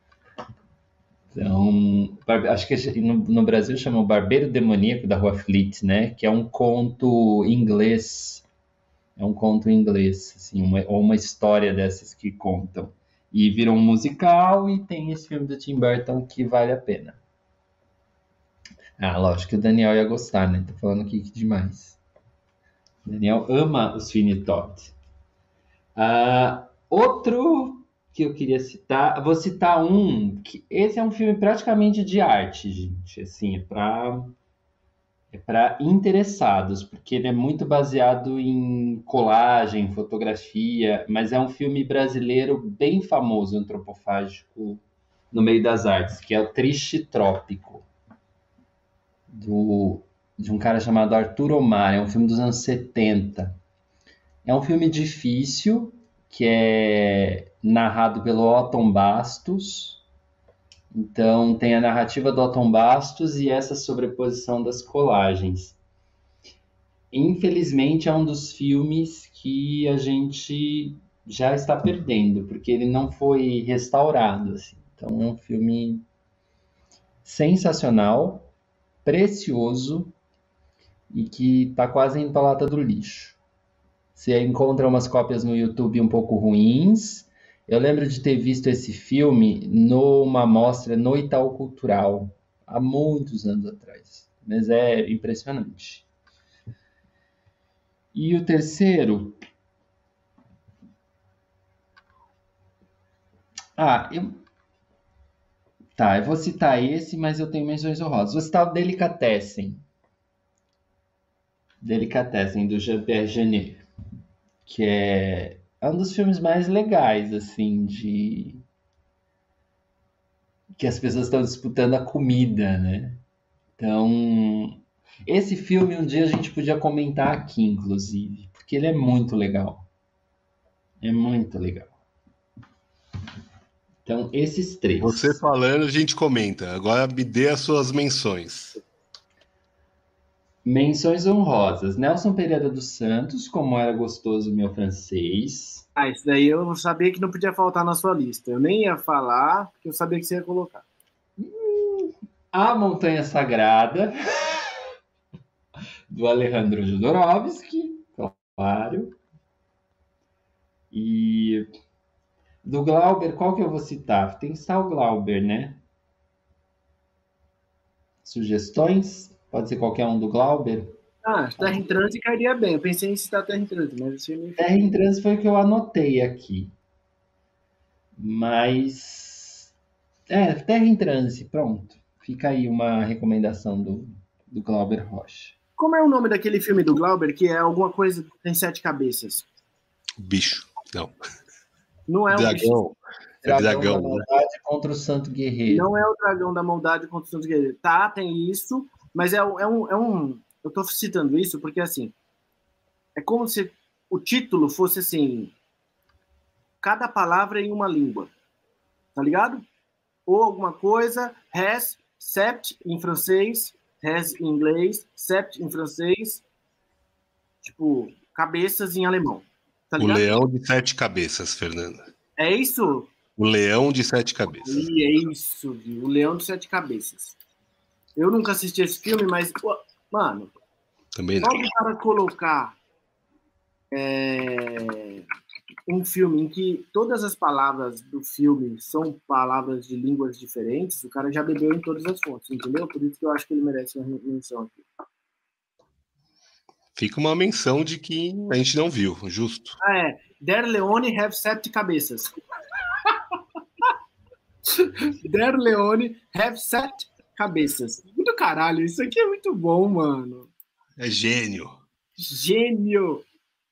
Então, acho que no, no Brasil chama o Barbeiro Demoníaco da Rua Fleet, né? Que é um conto inglês, é um conto inglês, assim, uma, ou uma história dessas que contam. E virou um musical e tem esse filme do Tim Burton que vale a pena. Ah, lógico que o Daniel ia gostar, né? Tô falando aqui demais. O Daniel ama os Sweeney Todd. Ah, outro que eu queria citar, vou citar um, que esse é um filme praticamente de arte, gente, assim, é pra, É para interessados, porque ele é muito baseado em colagem, fotografia, mas é um filme brasileiro bem famoso, antropofágico, no meio das artes, que é o Triste Trópico, do, de um cara chamado Arthur Omar. É um filme dos anos setenta. É um filme difícil, que é narrado pelo Otton Bastos. Então, tem a narrativa do Otton Bastos e essa sobreposição das colagens. Infelizmente, é um dos filmes que a gente já está perdendo, porque ele não foi restaurado, assim. Então, é um filme sensacional, precioso e que está quase indo para a lata do lixo. Você encontra umas cópias no YouTube um pouco ruins. Eu lembro de ter visto esse filme numa mostra no Itaú Cultural, há muitos anos atrás. Mas é impressionante. E o terceiro... Ah, eu... Tá, eu vou citar esse, mas eu tenho menções honrosas. Vou citar o Delicatessen. Delicatessen, do Jean-Pierre Jeunet, que é um dos filmes mais legais, assim, de... que as pessoas estão disputando a comida, né? Então, esse filme um dia a gente podia comentar aqui, inclusive, porque ele é muito legal. É muito legal. Então, esses três. Você falando, a gente comenta. Agora me dê as suas menções. Menções honrosas. Nelson Pereira dos Santos, Como Era Gostoso Meu Francês. Ah, isso daí eu sabia que não podia faltar na sua lista. Eu nem ia falar, porque eu sabia que você ia colocar. A Montanha Sagrada, do Alejandro Jodorowsky, claro. E do Glauber, qual que eu vou citar? Tem que citar o Glauber, né? Sugestões? Pode ser qualquer um do Glauber? Ah, Terra em Trânsito cairia bem. Eu pensei em citar Terra em Trânsito, mas você me... Terra em Trânsito foi o que eu anotei aqui. Mas... É, Terra em Trânsito, pronto. Fica aí uma recomendação do, do Glauber Rocha. Como é o nome daquele filme do Glauber, que é alguma coisa que tem sete cabeças? Bicho, não. Não é o Dragão. bicho. É Dragão dragão, da né? Maldade contra o Santo Guerreiro. Não é o Dragão da Maldade contra os Santos Guerreiros. Tá, tem isso, mas é, um- é, um, é um... Eu tô citando isso porque, assim, é como se o título fosse, assim, cada palavra em uma língua, tá ligado? Ou alguma coisa, res, sept em francês, res em inglês, sept em francês, tipo, cabeças em alemão, tá O ligado? leão de sete cabeças, Fernanda. É isso? O leão de sete cabeças. E é isso, viu? O Leão de Sete Cabeças. Eu nunca assisti esse filme, mas, pô, mano, Também não. só o cara colocar é, um filme em que todas as palavras do filme são palavras de línguas diferentes, o cara já bebeu em todas as fontes, entendeu? Por isso que eu acho que ele merece uma menção aqui. Fica uma menção de que a gente não viu, justo. Ah, é. Der Leone have sete cabeças. Der Leone have sete cabeças. Muito caralho, isso aqui é muito bom, mano. É gênio. Gênio!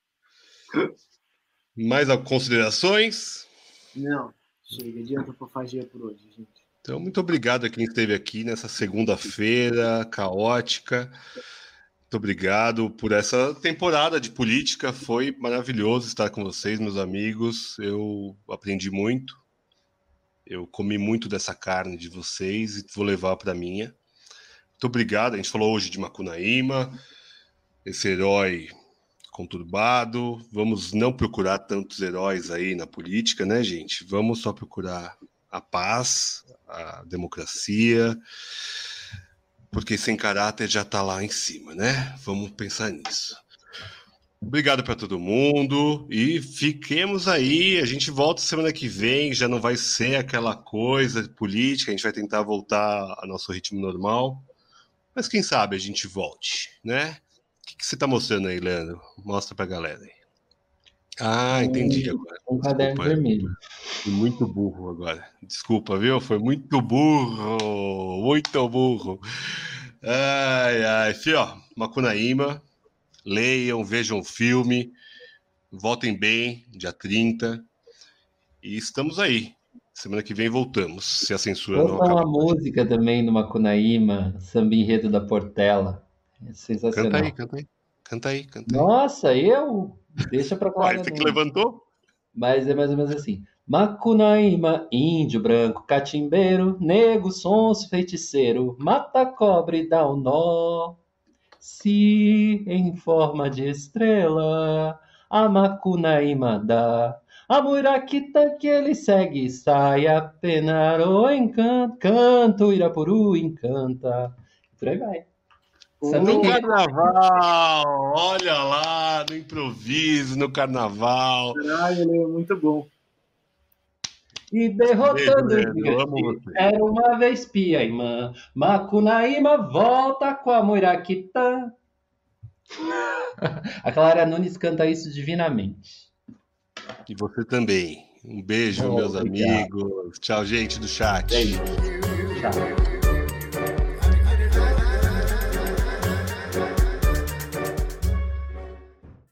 Mais considerações? Não, chega de antropofagia por hoje, gente. Então, muito obrigado a quem esteve aqui nessa segunda-feira caótica. Muito obrigado por essa temporada de política. Foi maravilhoso estar com vocês, meus amigos. Eu aprendi muito. Eu comi muito dessa carne de vocês e vou levar para a minha. Muito obrigado. A gente falou hoje de Macunaíma, esse herói conturbado. Vamos não procurar tantos heróis aí na política, né, gente? Vamos só procurar a paz, a democracia, porque sem caráter já está lá em cima, né? Vamos pensar nisso. Obrigado para todo mundo e fiquemos aí. A gente volta semana que vem, já não vai ser aquela coisa política, a gente vai tentar voltar ao nosso ritmo normal, mas quem sabe a gente volte, né? O que, que você está mostrando aí, Leandro? Mostra para a galera aí. Ah, entendi agora. Um caderno Desculpa, vermelho. fui muito burro agora. Desculpa, viu? Foi muito burro, muito burro. Ai, ai. Fih, ó, Macunaíma, leiam, vejam o filme, votem bem, dia trinta. E estamos aí. Semana que vem voltamos, se a censura não Ouçam acabar. a música também do Macunaíma, Samba Enredo da Portela. É sensacional. Canta aí, canta aí. Canta aí, canta aí. Nossa, eu? Deixa pra Ué, Clara você que Nunes. levantou? Mas é mais ou menos assim. Macunaíma, índio branco, catimbeiro, nego, sonso, feiticeiro, mata a cobra e dá um nó. Se em forma de estrela, a Macunaíma dá. A muraquita que ele segue, sai a penar o encanto, canto, Irapuru encanta. Por aí vai. Samba No enredo. carnaval, olha lá, no improviso, no carnaval. Caralho, ele é muito bom. E derrotando Beijo, o Leandro, eu amo gigante, você. era uma vez Piaimã. Macunaíma volta com a muraquita. A Clara Nunes canta isso divinamente. E você também. Um beijo, Oh, meus obrigado. amigos. Tchau, gente do chat. Beijo. Tchau.